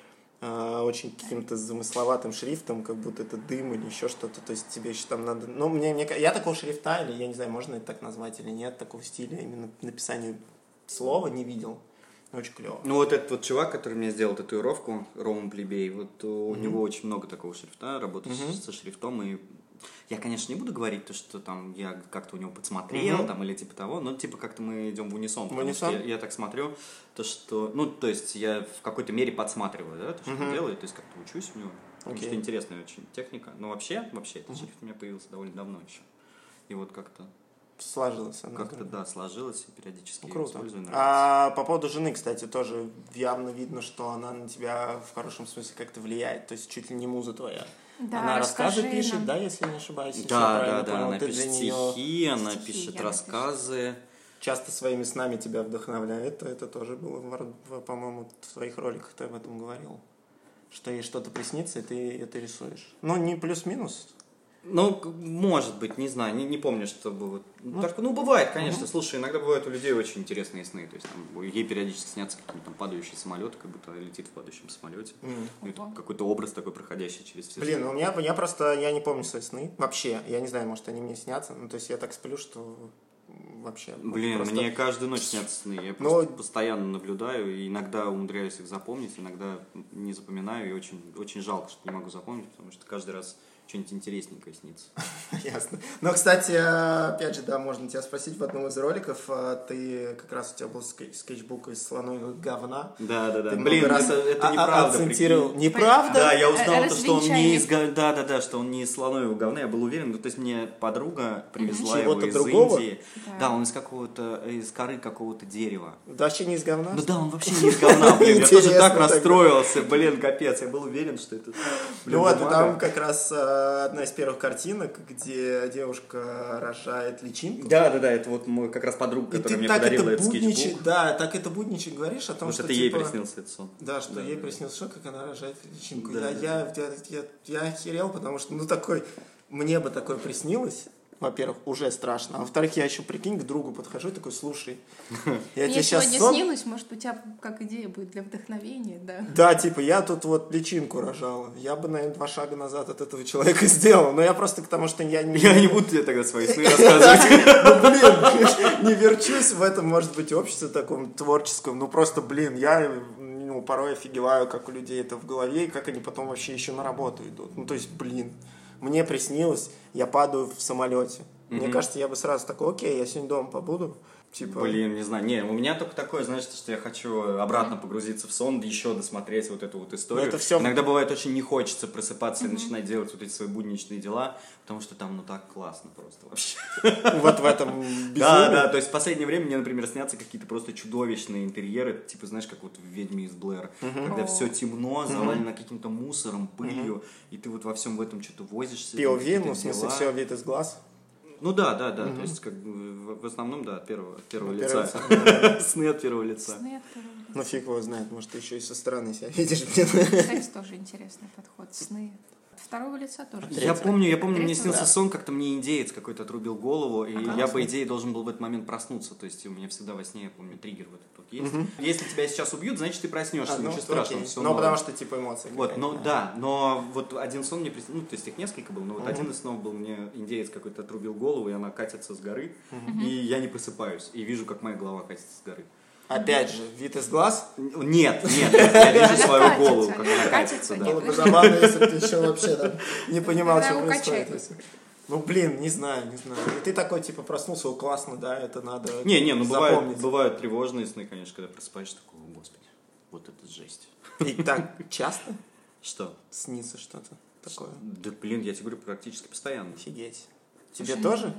S2: А, очень каким-то замысловатым шрифтом, как будто это дым или еще что-то. То есть тебе еще там надо... Ну, мне, мне... ка- Я такого шрифта, или я не знаю, можно это так назвать или нет, такого стиля, именно написания слова не видел. Очень клево.
S1: Ну вот этот вот чувак, который мне сделал татуировку, Роман Плебей, вот у
S2: Мгм.
S1: него очень много такого шрифта, работает
S2: Мгм.
S1: с- со шрифтом, и я, конечно, не буду говорить то, что там я как-то у него подсмотрел,
S2: Мгм.
S1: там, или типа того, но типа как-то мы идем в унисон, потому
S2: унисон?
S1: что я, я так смотрю, то, что, ну, то есть я в какой-то мере подсматриваю, да, то, что
S2: Мгм.
S1: он делает, то есть как-то учусь у него, потому
S2: Окей.
S1: что интересная очень техника, но вообще, вообще, этот шрифт у меня появился довольно давно еще, и вот как-то,
S2: Сложилось. оно,
S1: как-то,
S2: да.
S1: да, сложилось, и периодически
S2: Ну,
S1: я
S2: круто.
S1: использую, нравится.
S2: А по поводу жены, кстати, тоже явно видно, что она на тебя в хорошем смысле как-то влияет. То есть чуть ли не муза твоя.
S3: Да,
S2: Она рассказы
S3: расскажи
S2: пишет,
S3: нам.
S2: да, если я не ошибаюсь? если я
S1: Да, да,
S2: правильно
S1: да,
S2: понял,
S1: она
S2: ты
S1: пишет
S2: для неё
S1: стихи, она
S3: Стихи
S1: пишет
S3: я
S1: рассказы.
S2: часто своими снами тебя вдохновляет. Это тоже было, в- в- по-моему, в своих роликах ты об этом говорил. Что ей что-то приснится, и ты это рисуешь. Ну, не плюс-минус.
S1: Ну, к- может быть, не знаю, не, не помню, чтобы вот... Ну, так, ну, бывает, конечно. Слушай, иногда бывают у людей очень интересные сны. То есть там, ей периодически снятся какие-то там падающие самолеты, как будто она летит в падающем самолете.
S2: М.
S1: Ну, это
S3: Ого.
S1: какой-то образ такой, проходящий через все
S2: Блин,
S1: сны.
S2: у меня, я просто, я не помню свои сны. Вообще, я не знаю, может, они мне снятся. Ну, то есть я так сплю, что вообще...
S1: Блин,
S2: просто-
S1: мне каждую ночь снятся сны. Я
S2: Но-
S1: просто постоянно наблюдаю, и иногда умудряюсь их запомнить, иногда не запоминаю, и очень, очень жалко, что не могу запомнить, потому что каждый раз что-нибудь интересненькое снится.
S2: Ясно. Но, кстати, опять же, да, можно тебя спросить в одном из роликов. а, Ты как раз у тебя был ски- скетчбук из слонового говна.
S1: Да, да, да.
S2: Ты
S1: Блин,
S2: много раз
S1: это, это
S2: а- а-
S1: неправда.
S2: акцентировал.
S1: прикинь.
S2: Неправда?
S1: Да, я
S3: Э,
S1: узнал, то, что он не
S3: развенчание.
S1: из га- да, да, да, что он не из слонового говна, я был уверен, ну, то есть мне подруга привезла его
S2: Чего-то
S1: из
S2: другого?
S1: Индии.
S3: Да.
S1: Да, он из какого-то, из коры какого-то дерева.
S2: Да, вообще не из говна?
S1: Ну да, он вообще не из говна, блин, я тоже
S2: Интересно
S1: так
S2: тогда.
S1: расстроился, блин, капец, я был уверен, что это, блин,
S2: Ну вот, и
S1: бумага.
S2: там как раз а, одна из первых картинок, где девушка рожает личинку.
S1: Да, да, да, это вот мой как раз подруга,
S2: И
S1: которая
S2: ты
S1: мне
S2: так
S1: подарила
S2: это
S1: этот
S2: будничек,
S1: скетчбук.
S2: да, так это будничек говоришь о том,
S1: Потому что
S2: что
S1: это ей
S2: типа...
S1: приснилось лицо.
S2: Да, что
S1: Да,
S2: ей
S1: да.
S2: приснилось, что как она рожает личинку.
S1: Да,
S2: я,
S1: да.
S2: я, я, я, я охерел, потому что, ну, такой, мне бы такое приснилось. Во-первых, уже страшно. А во-вторых, я еще, прикинь, к другу подхожу и такой, слушай, я
S3: Мне
S2: тебе сейчас
S3: сегодня
S2: сон...
S3: снилось, может, у тебя как идея будет для вдохновения, да.
S2: Да, типа, я тут вот личинку рожала. Я бы, наверное, два шага назад от этого человека сделал. Но я просто к тому, что я не...
S1: Я не буду тебе тогда свои сны рассказывать.
S2: Ну, блин, не верчусь в этом, может быть, обществе таком творческом. Ну, просто, блин, я ну, порой офигеваю, как у людей это в голове, и как они потом вообще еще на работу идут. Ну, то есть, блин, мне приснилось, я падаю в самолете. Mm-hmm. Мне кажется, я бы сразу такой, окей, я сегодня дома побуду. Типа...
S1: Блин, не знаю. Не, у меня только такое, знаешь, что я хочу обратно погрузиться в сон, еще досмотреть вот эту вот историю.
S2: Это все...
S1: Иногда бывает очень не хочется просыпаться mm-hmm. и начинать делать вот эти свои будничные дела, потому что там, ну, так классно просто вообще.
S2: Вот в этом безумии.
S1: Да, да, то есть в последнее время мне, например, снятся какие-то просто чудовищные интерьеры, типа, знаешь, как вот в «Ведьме из Блэр», когда все темно, завалено каким-то мусором, пылью, и ты вот во всем в этом что-то возишься.
S2: пи о ви, ну, в смысле, все вид из глаз.
S1: Ну да, да, да, mm-hmm. то есть как бы в основном, да, от первого, от первого
S2: от
S1: лица.
S2: Первого...
S1: Сны от первого лица.
S3: Сны от первого лица.
S2: Ну фиг его знает, может ты еще и со стороны себя видишь.
S3: Кстати, тоже интересный подход. Сны от второго лица тоже.
S1: Я помню, я помню, мне снился
S3: да.
S1: сон, как-то мне индеец какой-то отрубил голову, и
S3: ага,
S1: я, по идее, должен был в этот момент проснуться. То есть у меня всегда во сне, я помню, триггер вот этот вот есть.
S2: Угу.
S1: Если тебя сейчас убьют, значит ты проснешься,
S2: а, ну,
S1: ничего страшного. Все
S2: ну, потому что типа эмоции.
S1: Вот, но, да, но вот один сон мне приснился, ну, то есть их несколько было, но вот
S2: угу.
S1: один из снов был, мне индеец какой-то отрубил голову, и она катится с горы,
S2: угу.
S1: и я не просыпаюсь, и вижу, как моя голова катится с горы.
S2: Опять же, вид из глаз?
S1: Нет, нет, я вижу свою голову, как она катится.
S2: Было бы забавно, если бы ты еще вообще не понимал, что происходит. Ну, блин, не знаю, не знаю. И ты такой, типа, проснулся, классно, да, это надо
S1: Не, не, ну
S2: запомнить.
S1: бывают, бывают тревожные сны, конечно, когда просыпаешься, такой, о, господи, вот это жесть.
S2: И так часто?
S1: Что?
S2: Снится что-то такое?
S1: Да, блин, я тебе говорю, практически постоянно.
S2: Офигеть. Тебе тоже?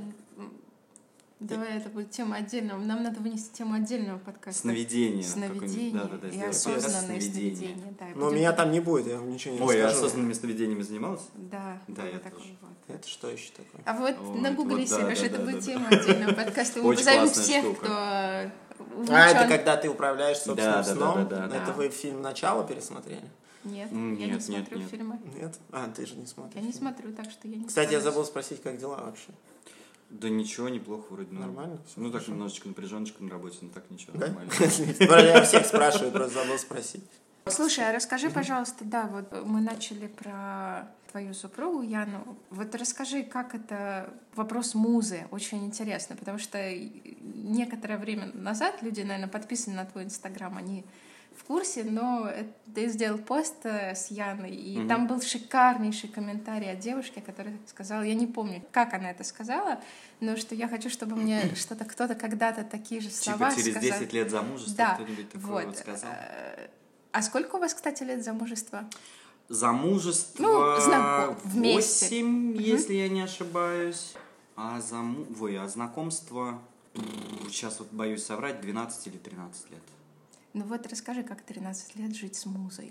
S3: Давай, это будет тема отдельного. Нам надо вынести тему отдельного подкаста.
S1: Сновидение.
S3: Сновидение
S1: да, да, да,
S3: и осознанные сновидения. Да,
S2: но меня там не будет, я вам ничего не
S1: Ой,
S2: расскажу.
S1: Ой, осознанными сновидениями занималась?
S3: Да,
S1: да, я
S3: такой
S1: тоже.
S3: Вот.
S2: Это что еще такое?
S3: А вот
S1: Ой,
S3: нагугли,
S1: вот, да,
S3: Сереж,
S1: да,
S3: это
S1: да,
S3: будет
S1: да,
S3: тема
S1: да.
S3: отдельного подкаста. Мы
S1: Очень
S3: позовем
S1: классная
S3: всех,
S1: штука.
S3: кто увлечен.
S2: А, это когда ты управляешь собственным
S1: Да, да,
S2: сном?
S1: да, да, да,
S2: это
S3: да.
S2: вы фильм «Начало» пересмотрели?
S3: Нет,
S1: Нет,
S3: я не
S1: нет,
S3: смотрю
S1: нет.
S3: фильмы.
S2: Нет? А, ты же не смотришь.
S3: Я не смотрю, так что я не
S2: Кстати, я
S3: справлюсь.
S2: забыл спросить, как дела вообще?
S1: Да ничего, неплохо вроде. Ну,
S2: Нормально?
S1: Ну так
S2: хорошо.
S1: немножечко напряженочка на работе, но так ничего,
S2: Да?
S1: нормально.
S2: Я всех спрашиваю, просто забыл спросить.
S3: Слушай, а расскажи, пожалуйста, да, вот мы начали про твою супругу Яну. Вот расскажи, как это вопрос музы, очень интересно, потому что некоторое время назад люди, наверное, подписаны на твой инстаграм, они в курсе, но ты сделал пост с Яной, и mm-hmm. там был шикарнейший комментарий от девушки, которая сказала, я не помню, как она это сказала, но что я хочу, чтобы мне что-то кто-то когда-то такие же слова
S1: типа через
S3: сказал.
S1: десять лет замужества
S3: да,
S1: кто-нибудь такое
S3: вот.
S1: вот сказал?
S3: А сколько у вас, кстати, лет замужества?
S1: Замужество
S3: ну, знаком... вместе.
S1: восемь,
S3: угу.
S1: если я не ошибаюсь. А, заму... Ой, а знакомство, сейчас вот боюсь соврать, двенадцать или тринадцать лет.
S3: Ну вот расскажи, как тринадцать лет жить с музой.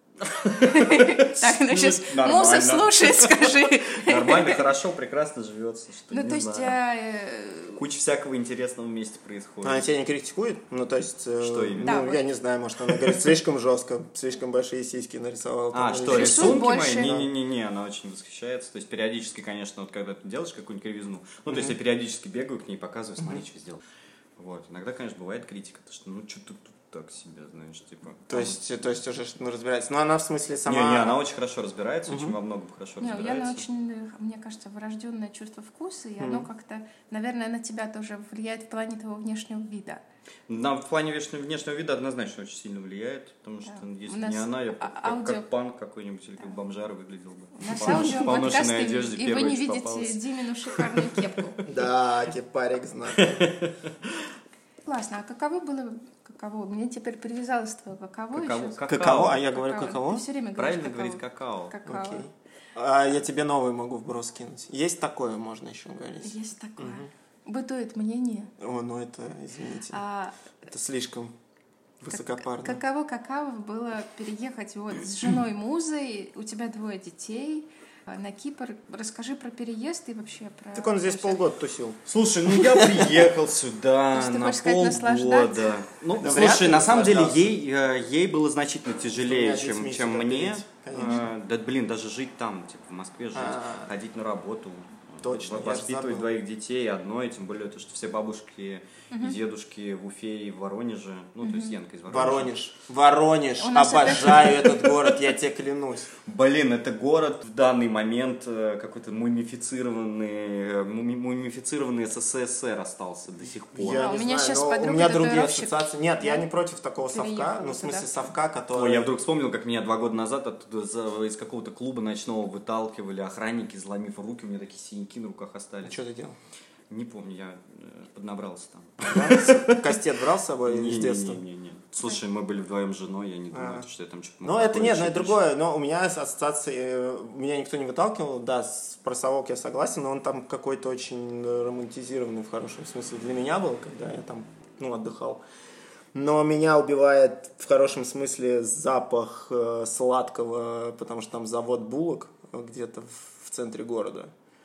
S3: Так, ну сейчас муза слушает, скажи.
S1: Нормально, хорошо, прекрасно живется.
S3: Ну то есть...
S1: Куча всякого интересного вместе происходит.
S2: Она тебя не критикует? Ну то есть...
S1: Что именно?
S2: Ну я не знаю, может она говорит, слишком жестко, слишком большие сиськи нарисовала.
S1: А, что, рисунки мои? Не-не-не, она очень восхищается. То есть периодически, конечно, вот когда ты делаешь какую-нибудь кривизну, ну то есть я периодически бегаю к ней, показываю, смотри, что сделал. Вот, иногда, конечно, бывает критика, то что, ну, что ты тут так себя, знаешь, типа...
S2: То там... есть, то есть уже ну, разбирается. Но она в смысле сама...
S1: Не, не, она очень хорошо разбирается, угу. очень во многом хорошо
S3: не,
S1: разбирается.
S3: Яна очень, мне кажется, врожденное чувство вкуса, и угу. оно как-то, наверное, на тебя тоже влияет в плане твоего внешнего вида.
S1: На, в плане внешнего, внешнего вида однозначно очень сильно влияет, потому что да. если не она, я как, аудио... как, как панк какой-нибудь или как да. бомжара выглядел бы.
S3: У нас аудиоподкасты, одежде, и вы не видите Димину шикарную кепку.
S2: Да, кепарик знакомый.
S3: Классно. А каково было... Каково? Мне теперь привязалось твое каково,
S1: каково
S3: еще.
S2: Какао. какао? А я говорю какао? какао?
S3: Ты все время
S1: правильно
S3: говоришь
S1: какао.
S3: Правильно говорить какао.
S2: Окей. А я тебе новый могу в брос кинуть. Есть такое, можно еще говорить?
S3: Есть такое. Угу. Бытует мнение.
S2: О, ну это, извините, а... это слишком высокопарно.
S3: Как, каково какао было переехать вот с женой Музой, у тебя двое детей... на Кипр. Расскажи про переезд и вообще про...
S2: Так он здесь полгода тусил.
S1: Слушай, ну я приехал сюда на полгода. Ну, слушай, на самом деле ей, ей было значительно тяжелее, чем, чем мне. Да, блин, даже жить там, типа в Москве жить, ходить на работу,
S2: Точно, я же
S1: Воспитывать
S2: забыл.
S1: двоих детей одной, тем более то, что все бабушки и дедушки в Уфе и в Воронеже, ну, то есть Янка из Воронежа.
S2: Воронеж. Воронеж.
S3: У нас
S2: Обожаю этот город, я тебе клянусь.
S1: Блин, это город в данный момент э, какой-то мумифицированный, э, муми- мумифицированный СССР остался до сих пор.
S2: Я
S3: А, у
S2: не
S3: меня
S2: знаю,
S3: щас
S2: но
S3: подруга
S2: у меня другие
S3: татуировщик.
S2: ассоциации. Нет, я
S3: Да?
S2: не против такого совка,
S3: Переехала
S2: ну, в смысле
S3: туда.
S2: совка, который...
S1: Ой, я вдруг вспомнил, как меня два года назад оттуда за- из какого-то клуба ночного выталкивали охранники, заломив руки, у меня такие синяки на руках остались.
S2: Что ты делал?
S1: Не помню, я э, поднабрался там.
S2: Кастет брал с собой с детства?
S1: Не-не-не. Слушай, мы были вдвоем с женой, я не думаю,
S2: А.
S1: что я там что-то...
S2: Ну, это нет, но это другое. Но у меня ассоциации, э, меня никто не выталкивал, да, с про совок я согласен, но он там какой-то очень романтизированный в хорошем смысле для меня был, когда я там, ну, отдыхал. Но меня убивает в хорошем смысле запах э, сладкого, потому что там завод булок где-то в, в центре города.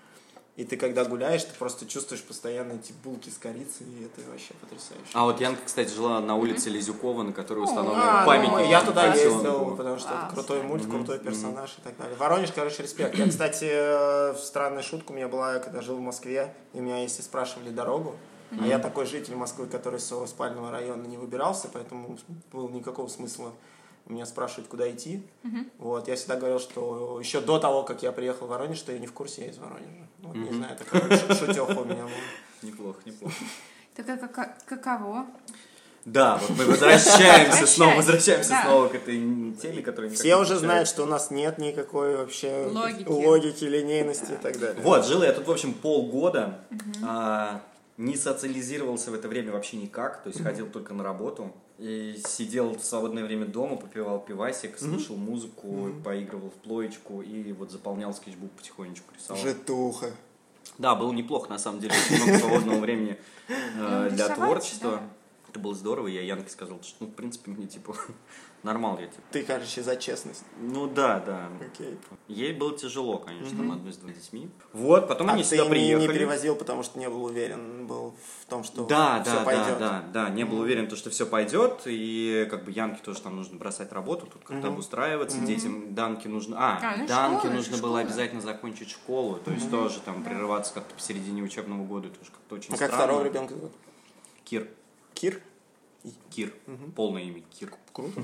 S2: И ты когда гуляешь, ты просто чувствуешь постоянно эти булки с корицей, и это вообще потрясающе.
S1: А вот Янка, кстати, жила на улице Лизюкова, на которой установлен
S2: А,
S1: памятник.
S2: ну, я туда
S1: Потёнку.
S2: ездил, потому что
S3: Класс.
S2: это крутой мульт, крутой персонаж и так далее. Воронеж, короче, респект. Я, кстати, э, странная шутка у меня была, когда жил в Москве, и меня, если спрашивали дорогу, а я такой житель Москвы, который из своего спального района не выбирался, поэтому было никакого смысла меня спрашивать, куда идти. Вот, я всегда говорил, что еще до того, как я приехал в Воронеж, что я не в курсе, я из Воронежа. Вот, не знаю, такая ш- шутёха у меня была.
S1: Неплохо, неплохо.
S3: Так а кака- каково?
S1: Да, вот мы возвращаемся снова,
S3: Возвращаемся,
S1: возвращаемся
S3: да.
S1: снова к этой теме, которая никак
S2: Все
S1: не
S2: уже
S1: включается.
S2: знают, что у нас нет никакой вообще
S3: Логики.
S2: логики, линейности и так далее.
S1: Вот, жил я тут, в общем, полгода, а, не социализировался в это время вообще никак, то есть ходил только на работу. И сидел в свободное время дома, попивал пивасик, слушал музыку, поигрывал в плоечку и вот заполнял скетчбук потихонечку, рисовал.
S2: Житуха.
S1: Да, было неплохо, на самом деле, очень много свободного времени э,
S3: Ну,
S1: для
S3: рисовать,
S1: творчества.
S3: да.
S1: Это было здорово, я Янке сказал, что, ну, в принципе, мне, типа, нормал я, типа.
S2: Ты, короче, за честность.
S1: Ну, да, да.
S2: Окей.
S1: Ей было тяжело, конечно, там одной с двумя детьми. Вот, потом они
S2: А ты
S1: сюда
S2: не,
S1: приехали.
S2: не перевозил, потому что не был уверен был в том, что
S1: Да,
S2: все
S1: да,
S2: пойдет.
S1: да, да, да, не был уверен, то, что все пойдет, и как бы Янке тоже там нужно бросать работу, тут как-то обустраиваться, детям Данке нужно... А,
S3: А, ну,
S1: Данке
S3: школа,
S1: нужно
S3: школа.
S1: было обязательно закончить школу, то есть тоже там прерываться как-то посередине учебного года, тоже как-то очень
S2: А как
S1: странно.
S2: второго ребенка зовут?
S1: Кир.
S2: Кир?
S1: Кир. Полное имя Кир.
S2: Круто.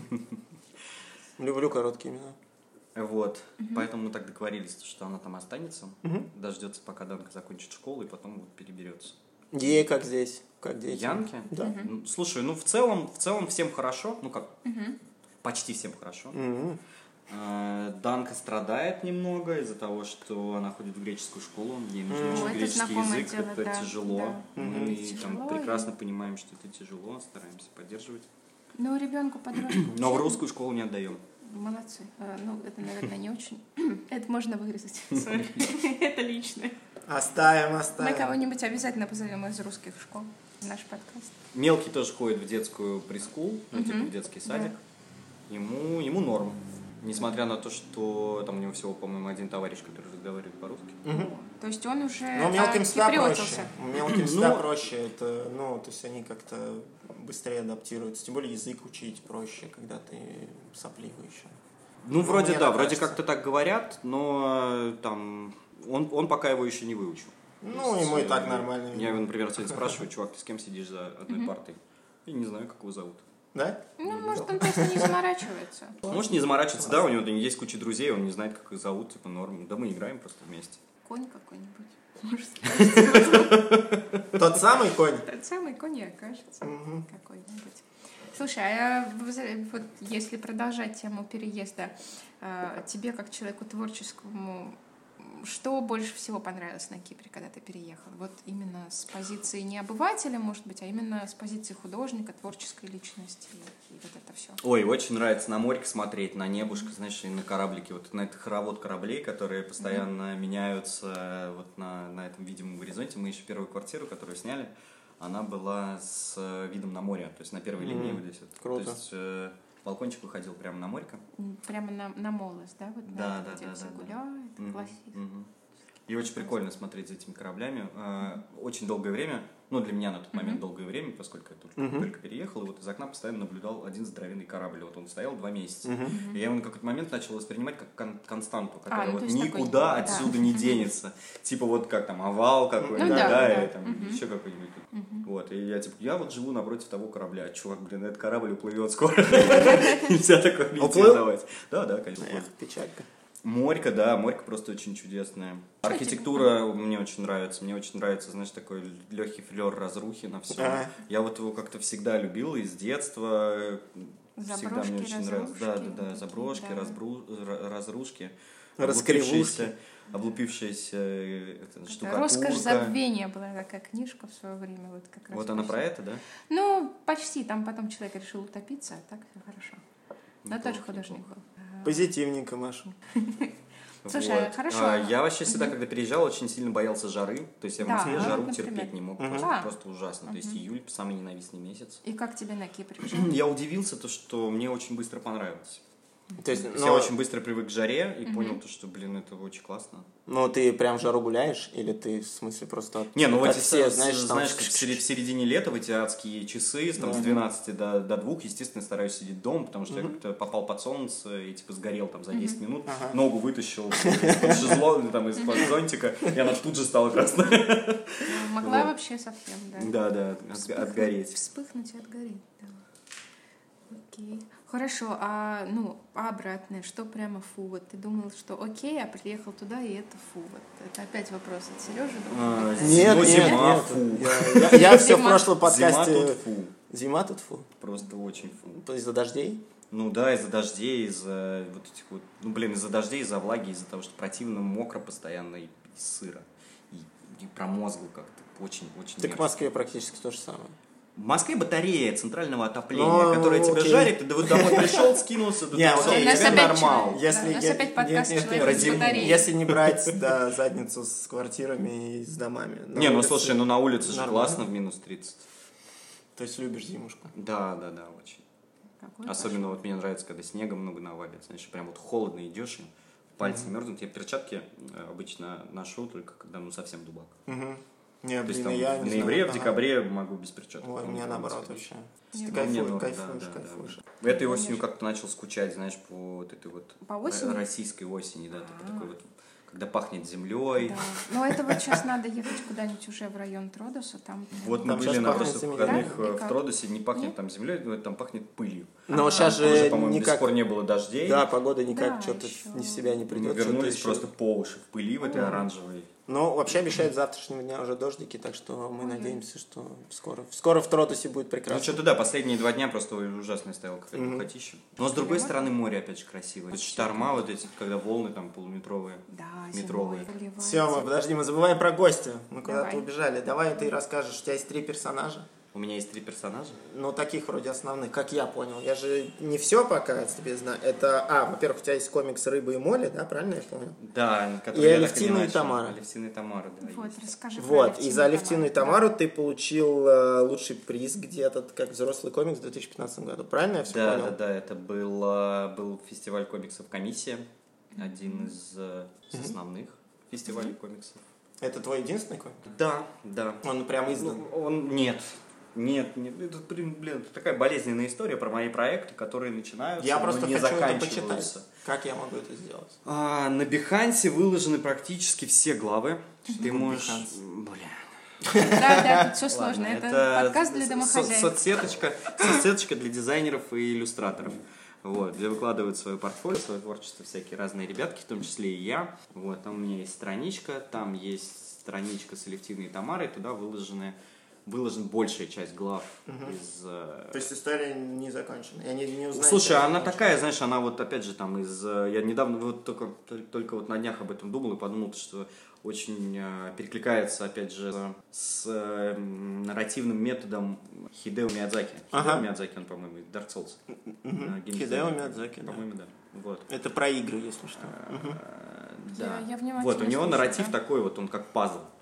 S2: Люблю короткие имена.
S1: Вот. Поэтому мы так договорились, что она там останется, дождется, пока Данка закончит школу, и потом вот переберется.
S2: Ей как здесь? Как дети?
S1: Янке?
S2: Да.
S1: Ну, слушай, ну в целом, в целом всем хорошо, ну как, почти всем хорошо.
S2: Мгм.
S1: Э, Данка страдает немного из-за того, что она ходит в греческую школу, ей нужно
S3: Ну,
S1: учить
S3: это
S1: греческий
S3: знакомое
S1: язык,
S3: дело,
S1: это
S3: да,
S1: тяжело.
S3: да.
S1: Мы
S3: Тяжело,
S1: там
S3: и-
S1: прекрасно понимаем, что это тяжело, стараемся поддерживать.
S3: Ну, ребенку, подростку.
S1: Но в
S3: вообще
S1: русскую школу не отдаем.
S3: Молодцы. А, ну, это, наверное, не очень. Это можно вырезать. Сори. Это личное.
S2: Оставим,
S3: Мы
S2: оставим.
S3: кого-нибудь обязательно позовем из русских школ в наш подкаст.
S1: Мелкий тоже ходит в детскую прескул, ну, типа в детский садик. Ему, ему норм. Несмотря на то, что там у него всего, по-моему, один товарищ, который разговаривает по-русски.
S3: То есть он уже
S2: Но мелким
S3: а,
S2: всегда проще.
S3: киприотился.
S2: Мелким всегда
S1: Ну,
S2: проще. Это, ну, то есть они как-то быстрее адаптируются. Тем более язык учить проще, когда ты сопливый еще.
S1: Ну, вроде
S2: мне
S1: да,
S2: так
S1: вроде
S2: кажется.
S1: как-то так говорят, но э, там он, он пока его еще не выучил.
S2: Ну,
S1: То есть,
S2: ему и
S1: э,
S2: так нормально.
S1: Я его, например, сегодня спрашиваю, чувак, ты с кем сидишь за одной партой? Я не знаю, как его зовут.
S2: Да?
S3: Ну, может, он просто не заморачивается.
S1: Может, не заморачиваться, да, у него есть куча друзей, он не знает, как их зовут, типа норм. Да мы играем просто вместе.
S3: Конь какой-нибудь. Может, скажете.
S2: Тот самый конь?
S3: Тот самый конь, окажется. Какой-нибудь. Слушай, а воз- вот если продолжать тему переезда, а, тебе как человеку творческому, что больше всего понравилось на Кипре, когда ты переехал? Вот именно с позиции не обывателя, может быть, а именно с позиции художника, творческой личности и, и вот это все.
S1: Ой, очень нравится на морьке смотреть, на небушка, знаешь, и на кораблики, вот на этот хоровод кораблей, которые постоянно меняются вот на, на этом видимом горизонте. Мы еще первую квартиру, которую сняли, она была с э, видом на море, то есть на первой линии вот здесь вот.
S2: Круто.
S1: То есть э, балкончик выходил прямо на морько.
S3: М, Прямо на, на молос, да? Вот на
S1: Да,
S3: это,
S1: да,
S3: где
S1: да,
S3: все
S1: да, да.
S3: гуляют,
S1: Мгм,
S3: классика.
S1: мгм. И очень прикольно смотреть за этими кораблями. Очень долгое время, ну, для меня на тот момент mm-hmm. долгое время, поскольку я только, mm-hmm. только переехал, и вот из окна постоянно наблюдал один здоровенный корабль. Вот он стоял два месяца. Mm-hmm. И я его на какой-то момент начал воспринимать как кон- константу, которая а, ну, вот никуда такой... отсюда да. не денется. Типа вот как там овал какой-нибудь, ну, да, да, да, или там mm-hmm. еще какой-нибудь. Mm-hmm. Вот, и я типа, я вот живу напротив того корабля. Чувак, блин, этот корабль уплывет скоро. Нельзя такое давать. Да, да, конечно.
S2: Печалька.
S1: Морька, да, морька просто очень чудесная. Архитектура мне очень нравится. Мне очень нравится, знаешь, такой легкий флер разрухи на все. А. Я вот его как-то всегда любил из детства.
S3: Заброшки,
S1: всегда мне очень нравилось. Да, да, да, заброшки, да. Разбру... разрушки.
S2: Раскривушки.
S1: Облупившаяся штукатурка.
S3: Роскошь забвения была такая книжка в свое время. Вот, как раз
S1: вот она про это, да?
S3: Ну, почти. Там потом человек решил утопиться, а так все хорошо. Но неплохо, тоже художник неплохо. Был.
S2: Позитивненько, Маша.
S3: Слушай,
S1: вот.
S3: хорошо.
S1: А, я вообще всегда, когда переезжал, очень сильно боялся жары. То есть я в Москве да, жару например. терпеть не мог. Угу. Просто, а. просто ужасно. Угу. То есть июль самый ненавистный месяц.
S3: И как тебе на Кипре?
S1: Я удивился, то, что мне очень быстро понравилось.
S2: То есть,
S1: но... Я очень быстро привык к жаре и угу. понял, то, что, блин, это очень классно.
S2: Ну, ты прям в жару гуляешь? Или ты, в смысле, просто...
S1: Не, ну, вот все, знаешь, знаешь как в середине лета, в эти адские часы, там, да. с двенадцати до, до двух, естественно, стараюсь сидеть дома, потому что угу. я как-то попал под солнце и, типа, сгорел там за десять минут, ага. ногу вытащил из-под шезлонга, там, из-под зонтика, и она тут же стала красная.
S3: Могла вообще совсем, да.
S1: Да, да, отгореть.
S3: Вспыхнуть и отгореть, да. Окей. Хорошо, а ну, обратное, что прямо фу? Вот ты думал, что окей, а приехал туда, и это фу. Вот это опять вопрос от Сережи.
S2: А, нет, нет,
S1: зима,
S2: нет,
S1: фу.
S2: Я, я, я все в прошлом подкасте...
S1: Зима тут фу.
S2: Зима тут фу?
S1: Просто очень фу.
S2: Из-за дождей?
S1: Ну да, из-за дождей, из-за вот этих вот... Ну, блин, из-за дождей, из-за влаги, из-за того, что противно, мокро постоянно и, и сыро. И, и промозгло как-то. Очень-очень
S2: Так в Москве практически то же самое.
S1: В Москве батарея центрального отопления, ну, которая тебя окей. жарит, ты вот домой пришел, скинулся, до
S2: yeah,
S1: того,
S2: okay.
S1: тебе нормал.
S3: Если, да, у нас я, опять подкаст нет, нет, нет,
S2: нет, если не брать да, задницу с квартирами и с домами.
S1: Не, ну слушай, ну на улице же классно в минус тридцать.
S2: То есть любишь зимушку?
S1: Да, да, да, очень. Какой Особенно вот мне нравится, когда снега много навалится, знаешь, прям вот холодно идешь, и пальцы mm-hmm. мерзнут. Я перчатки обычно ношу только когда ну совсем дубак.
S2: Mm-hmm. Нет,
S1: то есть
S2: блин,
S1: там
S2: я
S1: в
S2: не
S1: ноябре,
S2: знаю.
S1: в декабре ага. могу без перчаток.
S2: Ой, у меня наоборот вообще.
S3: Ты
S2: кайфуешь, кайфуешь,
S1: да,
S2: кайфуешь.
S1: Да. Этой осенью как-то начал скучать, знаешь, по вот этой вот
S3: по осени?
S1: российской осени, да, типа такой вот, когда пахнет землей.
S3: Да. Но это вот сейчас надо ехать куда-нибудь уже в район Тродоса, там.
S1: Вот мы были на прошлых выходных да? в Тродосе, не пахнет Нет? там землей, там пахнет пылью.
S2: Но а, сейчас же
S1: уже, по-моему,
S2: никак...
S1: до сих пор не было дождей.
S2: Да, погода никак
S3: да,
S2: что-то
S3: еще...
S2: в себя не придет.
S1: Мы вернулись просто еще... по уши в пыли в этой оранжевой.
S2: Ну, вообще обещают завтрашнего дня уже дождики, так что мы mm-hmm. надеемся, что скоро, скоро в Тродосе будет прекрасно.
S1: Ну, что-то да, последние два дня просто ужасно стояла какая-то mm-hmm. духотища. Но с другой стороны, море опять же красивое. Шторма вот эти, когда волны там полуметровые,
S3: да,
S1: метровые.
S2: Сема, подожди, мы забываем про гостя. Мы куда-то убежали. Давай ты расскажешь, у тебя есть три персонажа.
S1: У меня есть три персонажа?
S2: Ну, таких вроде основных, как я понял. Я же не все пока тебе знаю. Это, а, во-первых, у тебя есть комикс «Рыба и Молли», да, правильно я понял?
S1: Да.
S2: И Алевтина и Тамара.
S1: Алевтина и Тамара, да.
S3: Вот, расскажи
S2: Вот, и за Алевтину и Тамару да. ты получил uh, лучший приз где-то, как взрослый комикс в две тысячи пятнадцатом году, правильно я все
S1: да,
S2: понял?
S1: Да, да, да, это был, uh, был фестиваль комиксов «Комиссия», один из uh, mm-hmm. основных фестивалей mm-hmm. комиксов.
S2: Это твой единственный комикс?
S1: Да, да.
S2: Он прям издан?
S1: Ну, он, нет. Нет, нет, это, блин, это такая болезненная история про мои проекты, которые начинаются,
S2: я просто
S1: но не
S2: хочу
S1: заканчиваются.
S2: Это почитать. Как я могу это сделать?
S1: А, на Behance выложены практически все главы.
S2: Что
S1: ты можешь...
S2: Behance?
S1: Бля.
S3: Да, да, тут все сложно. Это, это подкаст для домохозяек.
S1: Соцсеточка, соцсеточка для дизайнеров и иллюстраторов. Вот, где выкладывают свое портфолио, свое творчество всякие разные ребятки, в том числе и я. Вот, там у меня есть страничка, там есть страничка с Алевтиной и Тамарой, туда выложены выложена большая часть глав угу. из...
S2: То есть история не закончена? Я не, не узнаю,
S1: Слушай, она закончена. Такая, знаешь, она вот опять же там из... Я недавно вот только, только вот на днях об этом думал и подумал, что очень э, перекликается, опять же, с э, нарративным методом Хидео Миядзаки.
S2: Ага.
S1: Хидео Миядзаки, он, по-моему, Dark Souls.
S2: Угу. Хидео Миядзаки,
S1: по-моему, да. Вот.
S2: Это про игры, если что.
S1: А,
S2: угу.
S1: Да.
S3: Я, я
S1: вот, у него нарратив такой вот, он как пазл. То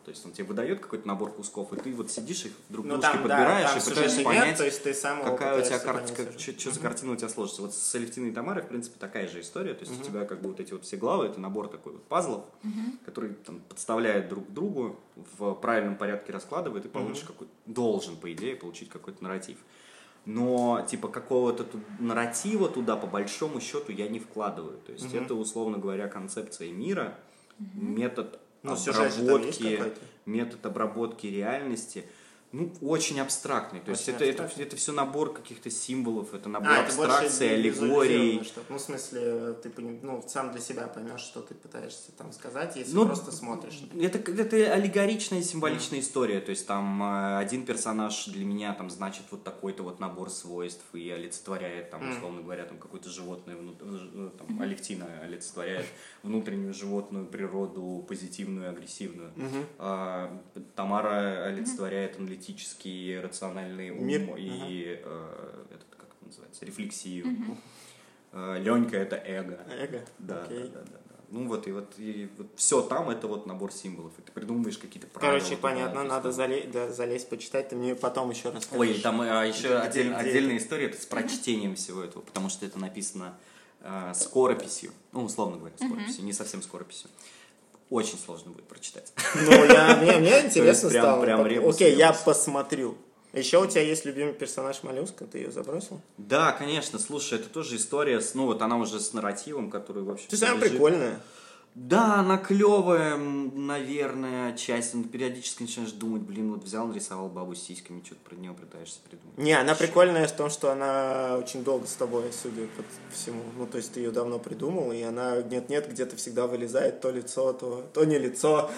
S1: То есть он тебе выдает какой-то набор кусков, и ты вот сидишь их друг
S2: Ну,
S1: дружке
S2: там,
S1: подбираешь
S2: да, там
S1: и пытаешься
S2: сюжета нет,
S1: понять,
S2: то есть ты сам его
S1: какая у тебя
S2: пытаешься
S1: карта,
S2: понять
S1: как,
S2: сюжет.
S1: что за картина у тебя сложится. Вот с Алевтиной и Тамарой, в принципе, такая же история. То есть
S2: Мгм.
S1: у тебя как бы вот эти вот все главы, это набор такой вот пазлов,
S3: Мгм.
S1: который там подставляет друг к другу, в правильном порядке раскладывает, и получишь
S2: Мгм.
S1: какой-то, должен, по идее, получить какой-то нарратив. Но, типа, какого-то тут нарратива туда, по большому счету, я не вкладываю. То есть
S2: Мгм.
S1: это, условно говоря, концепция мира, метод
S2: Ну, сюжет же там есть
S1: обработки,
S2: какой-то?
S1: метод обработки реальности, ну, очень абстрактный. То есть
S2: Очень
S1: это, это,
S2: абстрактный.
S1: это все набор каких-то символов, это набор
S2: А, это больше
S1: абстракций,
S2: визуализированно
S1: аллегорий.
S2: что-то. Ну, в смысле, ты поним- ну, сам для себя поймешь, что ты пытаешься там сказать, если
S1: Ну,
S2: просто смотришь.
S1: Это, это аллегоричная, символичная история. То есть там э, один персонаж для меня там значит вот такой-то вот набор свойств и олицетворяет, там,
S2: Мгм.
S1: условно говоря, там какое-то животное, внут- э, там, Алевтина олицетворяет внутреннюю животную природу, позитивную, агрессивную.
S2: Мгм.
S1: А, Тамара олицетворяет аналитический, рациональный ум
S2: Мир.
S1: и э, этот, как это называется, рефлексию. Ленька это эго.
S2: Эго.
S1: Да,
S2: Окей.
S1: да, да, да, да. Ну вот и вот, и вот все там это вот набор символов, и ты придумываешь какие-то правила.
S2: Короче,
S1: туда,
S2: понятно,
S1: то есть,
S2: надо
S1: ну,
S2: залезть, да, залезть, почитать, ты мне потом еще расскажешь.
S1: Ой, там а, еще
S2: Где-
S1: отдель-
S2: где
S1: отдельная
S2: это?
S1: история это с прочтением всего этого, потому что это написано э, скорописью, ну, условно говоря, скорописью, не совсем скорописью. Очень сложно будет прочитать.
S2: Ну, я, мне, мне интересно
S1: прям-
S2: стало.
S1: прям
S2: Пок-
S1: ребус
S2: Окей, я
S1: ребус.
S2: посмотрю. Еще у тебя есть любимый персонаж Моллюска, ты ее забросил?
S1: Да, конечно, слушай, это тоже история, с, ну вот она уже с нарративом, который вообще...
S2: Ты
S1: всё
S2: самая
S1: лежит.
S2: прикольная.
S1: Да, она клевая, наверное, часть. Но периодически начинаешь думать, блин, вот взял, нарисовал бабу с сиськами, что-то про нее пытаешься придумать.
S2: Не, она
S1: Чё?
S2: прикольная в том, что она очень долго с тобой, судя по всему. Ну, то есть ты ее давно придумал, и она нет-нет, где-то всегда вылезает то лицо, то, то не лицо.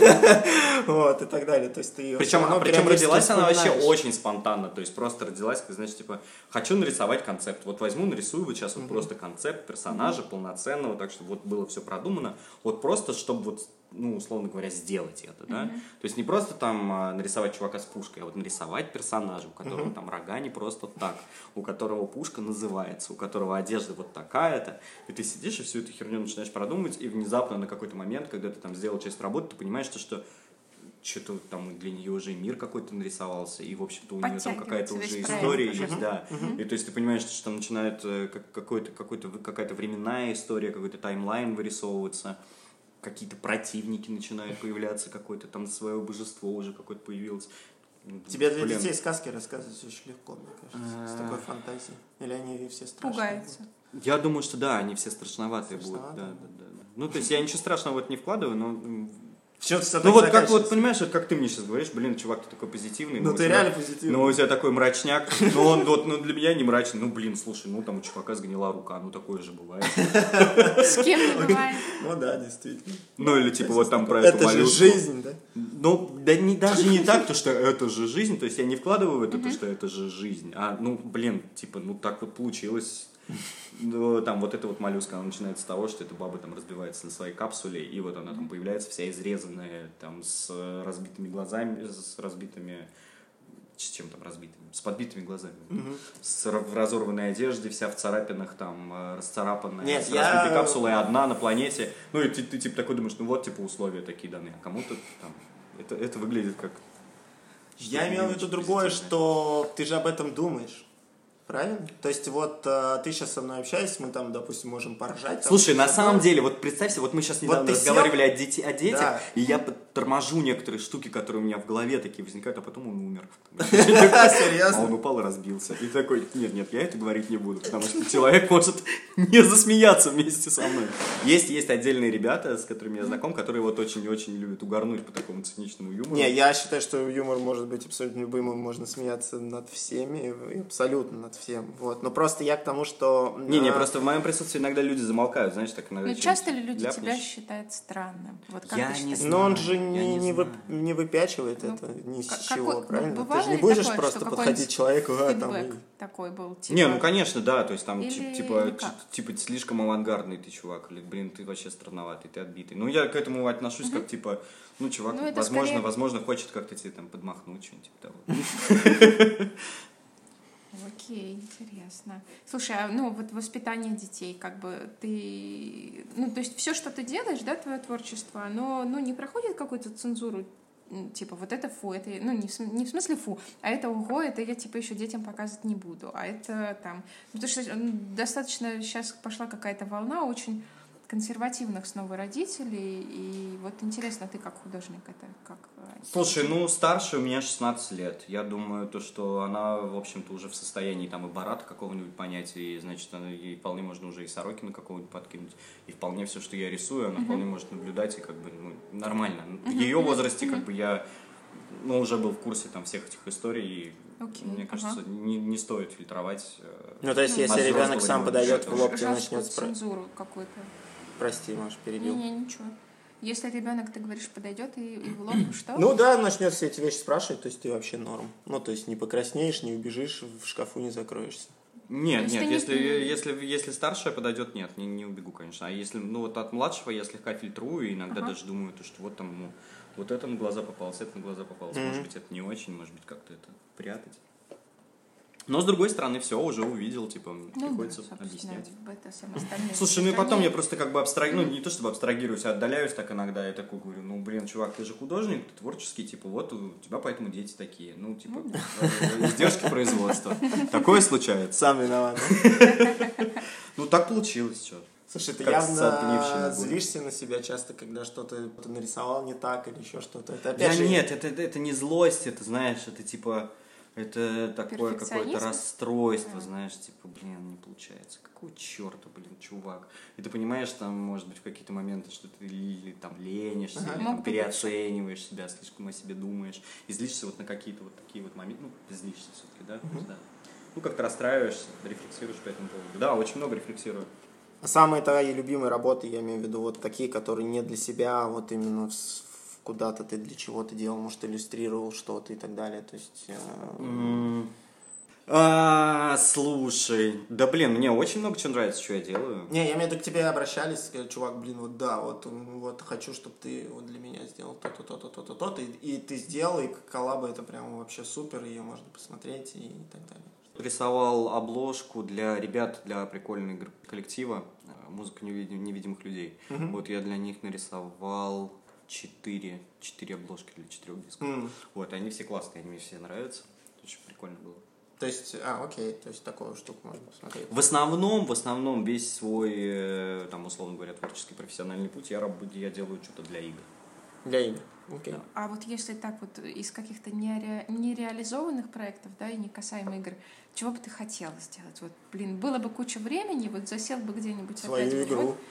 S2: Вот, и так далее. То есть ты ее
S1: Причем,
S2: всё равно
S1: причем
S2: периодически
S1: родилась она вообще
S2: вспоминаешь.
S1: очень спонтанно. То есть просто родилась, как, знаешь, типа, хочу нарисовать концепт. Вот возьму, нарисую вот сейчас вот просто концепт персонажа полноценного, так чтобы вот было все продумано. Вот просто, чтобы вот, ну, условно говоря, сделать это, да. То есть не просто там а, нарисовать чувака с пушкой, а вот нарисовать персонажа, у которого там рога не просто так, у которого пушка называется, у которого одежда вот такая-то. И ты сидишь и всю эту херню начинаешь продумывать, и внезапно на какой-то момент, когда ты там сделал часть работы, ты понимаешь, что, что что-то там для нее уже мир какой-то нарисовался, и, в общем-то, у нее там какая-то
S3: Подтягивается
S1: уже
S3: весь
S1: история
S3: проект
S1: есть,
S3: уже.
S1: да. И то есть ты понимаешь, что там начинает э, как, какой-то, какой-то, какая-то временная история, какой-то таймлайн вырисовываться, какие-то противники начинают появляться, какое-то там свое божество уже какое-то появилось.
S2: Тебе для
S1: Блин.
S2: детей сказки рассказывать очень легко, мне кажется, с такой фантазией. Или они все страшные?
S3: Пугаются.
S1: Я думаю, что да, они все страшноватые будут.
S2: Страшноватые?
S1: Да, да, да, да. Ну, то есть я ничего страшного в это не вкладываю, но... м,
S2: Чё ты всё
S1: Ну
S2: так
S1: вот как
S2: заканчиваешь?
S1: вот, понимаешь, вот как ты мне сейчас говоришь, блин, чувак, ты такой позитивный.
S2: Ну,
S1: у
S2: ты
S1: тебя-
S2: реально позитивный.
S1: Ну, у тебя такой мрачняк. Ну, он вот, ну, для меня не мрачный. Ну, блин, слушай, ну, там у чувака сгнила рука, ну, такое же бывает.
S3: С кем не бывает.
S2: Ну да, действительно.
S1: Ну, или типа вот там про эту
S2: Это же
S1: малютку.
S2: жизнь, да?
S1: Ну, да не, даже не так, то, что это же жизнь, то есть я не вкладываю в это, то, что это же жизнь, а, ну, блин, типа, ну, так вот получилось. Ну, там вот эта вот моллюска, она начинается с того, что эта баба там разбивается на своей капсуле, и вот она там появляется вся изрезанная, там, с разбитыми глазами, с разбитыми... С чем там разбитыми? С подбитыми глазами. С, р- в разорванной одежде, вся в царапинах, там, э, расцарапанная,
S2: Нет,
S1: с
S2: я-
S1: разбитой капсулой, одна на планете. Ну, и ты, ты, типа такой думаешь, ну вот, типа, условия такие даны, а кому-то там... Это, это выглядит как...
S2: Я
S1: что-то
S2: имел в
S1: не
S2: виду
S1: очень
S2: другое,
S1: позитивное.
S2: что ты же об этом думаешь. Правильно? То есть вот э, ты сейчас со мной общаешься, мы там, допустим, можем поржать. там,
S1: Слушай, на
S2: что-то.
S1: самом деле, вот представь себе, вот мы сейчас недавно
S2: ты
S1: разговаривали
S2: сел-
S1: о, дети, о детях,
S2: Да.
S1: и я торможу некоторые штуки, которые у меня в голове такие возникают, а потом он умер. А
S2: Серьезно?
S1: он упал и разбился. И такой, нет, нет, я это говорить не буду, потому что человек может не засмеяться вместе со мной. Есть, есть отдельные ребята, с которыми я знаком, которые вот очень-очень любят угорнуть по такому циничному юмору.
S2: Не, я считаю, что юмор может быть абсолютно любым, и можно смеяться над всеми, и абсолютно над всем. Вот. Но просто я к тому, что...
S1: Не, не,
S2: э,
S1: просто в моем присутствии иногда люди замолкают, знаешь, так иногда...
S3: Ну,
S1: что-нибудь
S3: часто ли люди
S1: ляпнешь.
S3: тебя считают странным? Вот как
S1: Я
S3: ты
S1: не
S3: считаешь?
S1: знаю.
S2: Но он же
S1: я
S2: не,
S1: не
S2: не, вы-
S1: знаю.
S2: не выпячивает
S3: Ну,
S2: это ни с
S3: как-
S2: чего,
S3: какой-
S2: правильно? Ты
S3: бывало
S2: же не
S3: ли
S2: будешь
S3: такое,
S2: просто
S3: что
S2: подходить к человеку, а, там,
S3: Фидбэк
S2: и-
S3: такой был, типа...
S1: Не, ну конечно, да, то есть там
S3: Или
S1: тип- типа,
S3: никак?
S1: ч- типа слишком авангардный ты чувак, или, блин, ты вообще странноватый, ты отбитый. Ну, я к этому отношусь как, типа, ну, чувак,
S3: Ну, это
S1: возможно,
S3: скорее-
S1: возможно, хочет как-то тебе там подмахнуть, что-нибудь типа того.
S3: Окей, интересно. Слушай, а ну вот воспитание детей, как бы ты, ну то есть все, что ты делаешь, да, твое творчество, оно, ну не проходит какую-то цензуру типа, вот это фу, это, ну, не в, см- не в смысле фу, а это ого, это я, типа, еще детям показывать не буду, а это там... Потому что достаточно сейчас пошла какая-то волна очень консервативных снова родителей, и вот интересно, ты как художник это как...
S1: Слушай, ну, старше у меня шестнадцать лет. Я думаю, то, что она, в общем-то, уже в состоянии там и Барата какого-нибудь понять, и, значит, она, ей вполне можно уже и Сорокина какого-нибудь подкинуть, и вполне все, что я рисую, она uh-huh. вполне может наблюдать, и как бы, ну, нормально. Uh-huh. В ее возрасте, uh-huh. как бы, я, ну, уже был в курсе там всех этих историй, и okay. мне кажется, uh-huh. не, не стоит фильтровать.
S2: Ну, то есть, если ребенок сам подойдет в лоб, тебе начнет
S3: спрашивать. Цензуру какую-то.
S2: Прости, Маш, перебил.
S3: Не-не, ничего. Если ребенок, ты говоришь, подойдет и, и в лоб, что?
S2: Ну да, начнет все эти вещи спрашивать, то есть ты вообще норм. Ну, то есть не покраснеешь, не убежишь, в шкафу не закроешься.
S1: Нет, нет, если, не... если, если старшая подойдет, нет, не, не убегу, конечно. А если, ну, вот от младшего я слегка фильтрую, и иногда ага. даже думаю, то, что вот там, ну, вот это на глаза попалось, это на глаза попалось. Mm-hmm. Может быть, это не очень, может быть, как-то это прятать. Но, с другой стороны, все, уже увидел, типа, ну, приходится да, объяснять. Слушай, ну и потом я просто как бы абстрагирую, ну, не то чтобы абстрагируюсь, а отдаляюсь так иногда, я такой говорю, ну, блин, чувак, ты же художник, ты творческий, типа, вот у тебя поэтому дети такие. Ну, типа, издержки производства. Такое случается.
S2: Сам виноват.
S1: Ну, так получилось, что.
S2: Слушай, ты явно злишься на себя часто, когда что-то нарисовал не так или еще что-то.
S1: Да нет, это не злость, это, знаешь, это типа... Это такое какое-то расстройство, а. знаешь, типа, блин, не получается. Какого черта, блин, чувак. И ты понимаешь, там, может быть, в какие-то моменты, что ты или, там ленишься, ага. или там, переоцениваешь себя, слишком о себе думаешь, и злишься вот на какие-то вот такие вот моменты. Ну, злишься все-таки, да? Uh-huh. да. Ну, как-то расстраиваешься, рефлексируешь по этому поводу. Да, очень много рефлексирую.
S2: А самые твои любимые работы, я имею в виду, вот такие, которые не для себя, а вот именно в куда-то ты для чего-то делал, может, иллюстрировал что-то и так далее, то есть... Э...
S1: Mm. А, слушай, да блин, мне очень много чего нравится, что я делаю.
S2: Не, я имею в виду, к тебе обращались, сказали, чувак, блин, вот да, вот, вот хочу, чтобы ты вот для меня сделал то-то, то-то, то-то, то-то, и, и ты сделал, и коллаба это прям вообще супер, ее можно посмотреть и так далее.
S1: Рисовал обложку для ребят, для прикольного коллектива «Музыка невидимых людей». Mm-hmm. Вот я для них нарисовал... Четыре, четыре обложки для четырех дисков. Mm. Вот, они все классные, они мне все нравятся. Очень прикольно было.
S2: То есть, а, окей, то есть такую штуку можно посмотреть.
S1: В основном, в основном весь свой, там, условно говоря, творческий профессиональный путь я, я делаю что-то для игр.
S2: Для игр, окей.
S3: Да. А вот если так вот из каких-то нере... нереализованных проектов, да, и не касаемо игр, чего бы ты хотела сделать? Вот, блин, было бы куча времени, вот засел бы где-нибудь
S2: свою
S3: опять
S2: игру.
S3: Вот,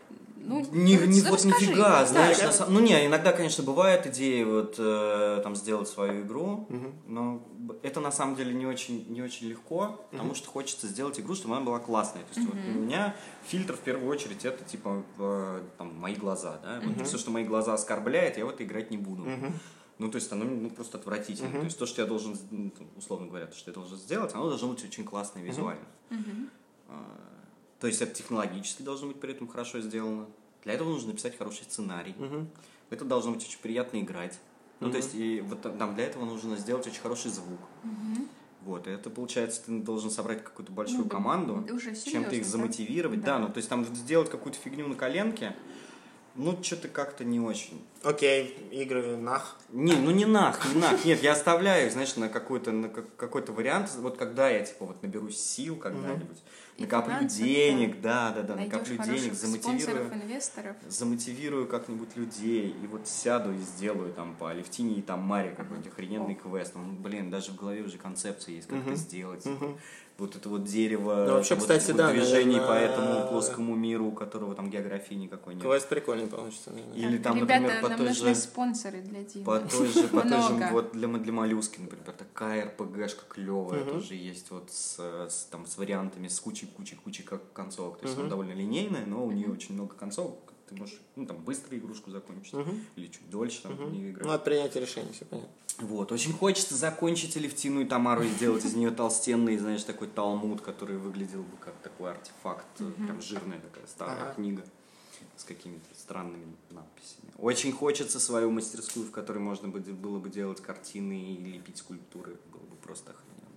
S3: ну,
S1: не, не, вот
S3: расскажи,
S1: нифига,
S3: да,
S1: знаешь,
S3: да,
S1: на самом... ну не, иногда, конечно, бывает идея вот э, там сделать свою игру, угу. но это на самом деле не очень, не очень легко, потому угу. что хочется сделать игру, чтобы она была классная. То есть угу. вот у меня фильтр в первую очередь это типа э, там, мои глаза, да, вот угу. все, что мои глаза оскорбляет, я в это играть не буду. Угу. Ну, то есть оно ну, просто отвратительно. Uh-huh. То есть то, что я должен, условно говоря, то, что я должен сделать, оно должно быть очень классное визуально. Uh-huh. А, то есть это технологически должно быть при этом хорошо сделано. Для этого нужно написать хороший сценарий. Uh-huh. Это должно быть очень приятно играть. Uh-huh. Ну, то есть и вот там для этого нужно сделать очень хороший звук. Uh-huh. Вот, и это, получается, ты должен собрать какую-то большую ну, команду, уже чем-то их замотивировать. Да? Да, ну, то есть там сделать какую-то фигню на коленке, ну, что-то как-то не очень.
S2: Окей, игры нах.
S1: Не, ну не нах, не нах. Нет, я оставляю их, знаешь, на какой-то, на какой-то вариант. Вот когда я, типа, вот наберусь сил когда-нибудь, угу. накоплю денег, да, да, да, накоплю денег, замотивирую, замотивирую как-нибудь людей, и вот сяду и сделаю там по Алевтине и там Маре какой-нибудь охрененный квест. Ну, блин, даже в голове уже концепция есть, как угу. это сделать. Угу. Вот это вот дерево,
S2: ну, вообще,
S1: вот,
S2: кстати,
S1: вот
S2: да,
S1: движений
S2: наверное,
S1: по этому плоскому миру, у которого там географии никакой нет.
S2: Квест прикольный получится.
S1: Наверное. Или там,
S3: ребята,
S1: например, по
S3: нам
S1: той
S3: нужны
S1: же...
S3: спонсоры для Димы.
S1: По той же, по той же вот для, для Моллюски, например, такая эр пи гэшка клевая uh-huh. тоже есть вот с, с, там, с вариантами, с кучей-кучей-кучей концовок. То есть uh-huh. она довольно линейная, но у нее uh-huh. очень много концовок. Ты можешь, ну, там, быстро игрушку закончить, uh-huh. или чуть дольше там uh-huh. не играть.
S2: Ну, от принятия решения, все понятно.
S1: Вот, очень хочется закончить Алевтину и Тамару и сделать из нее толстенный, знаешь, такой талмуд, который выглядел бы как такой артефакт, uh-huh. прям жирная такая старая uh-huh. книга с какими-то странными надписями. Очень хочется свою мастерскую, в которой можно было бы делать картины и лепить скульптуры. Было бы просто охрененно.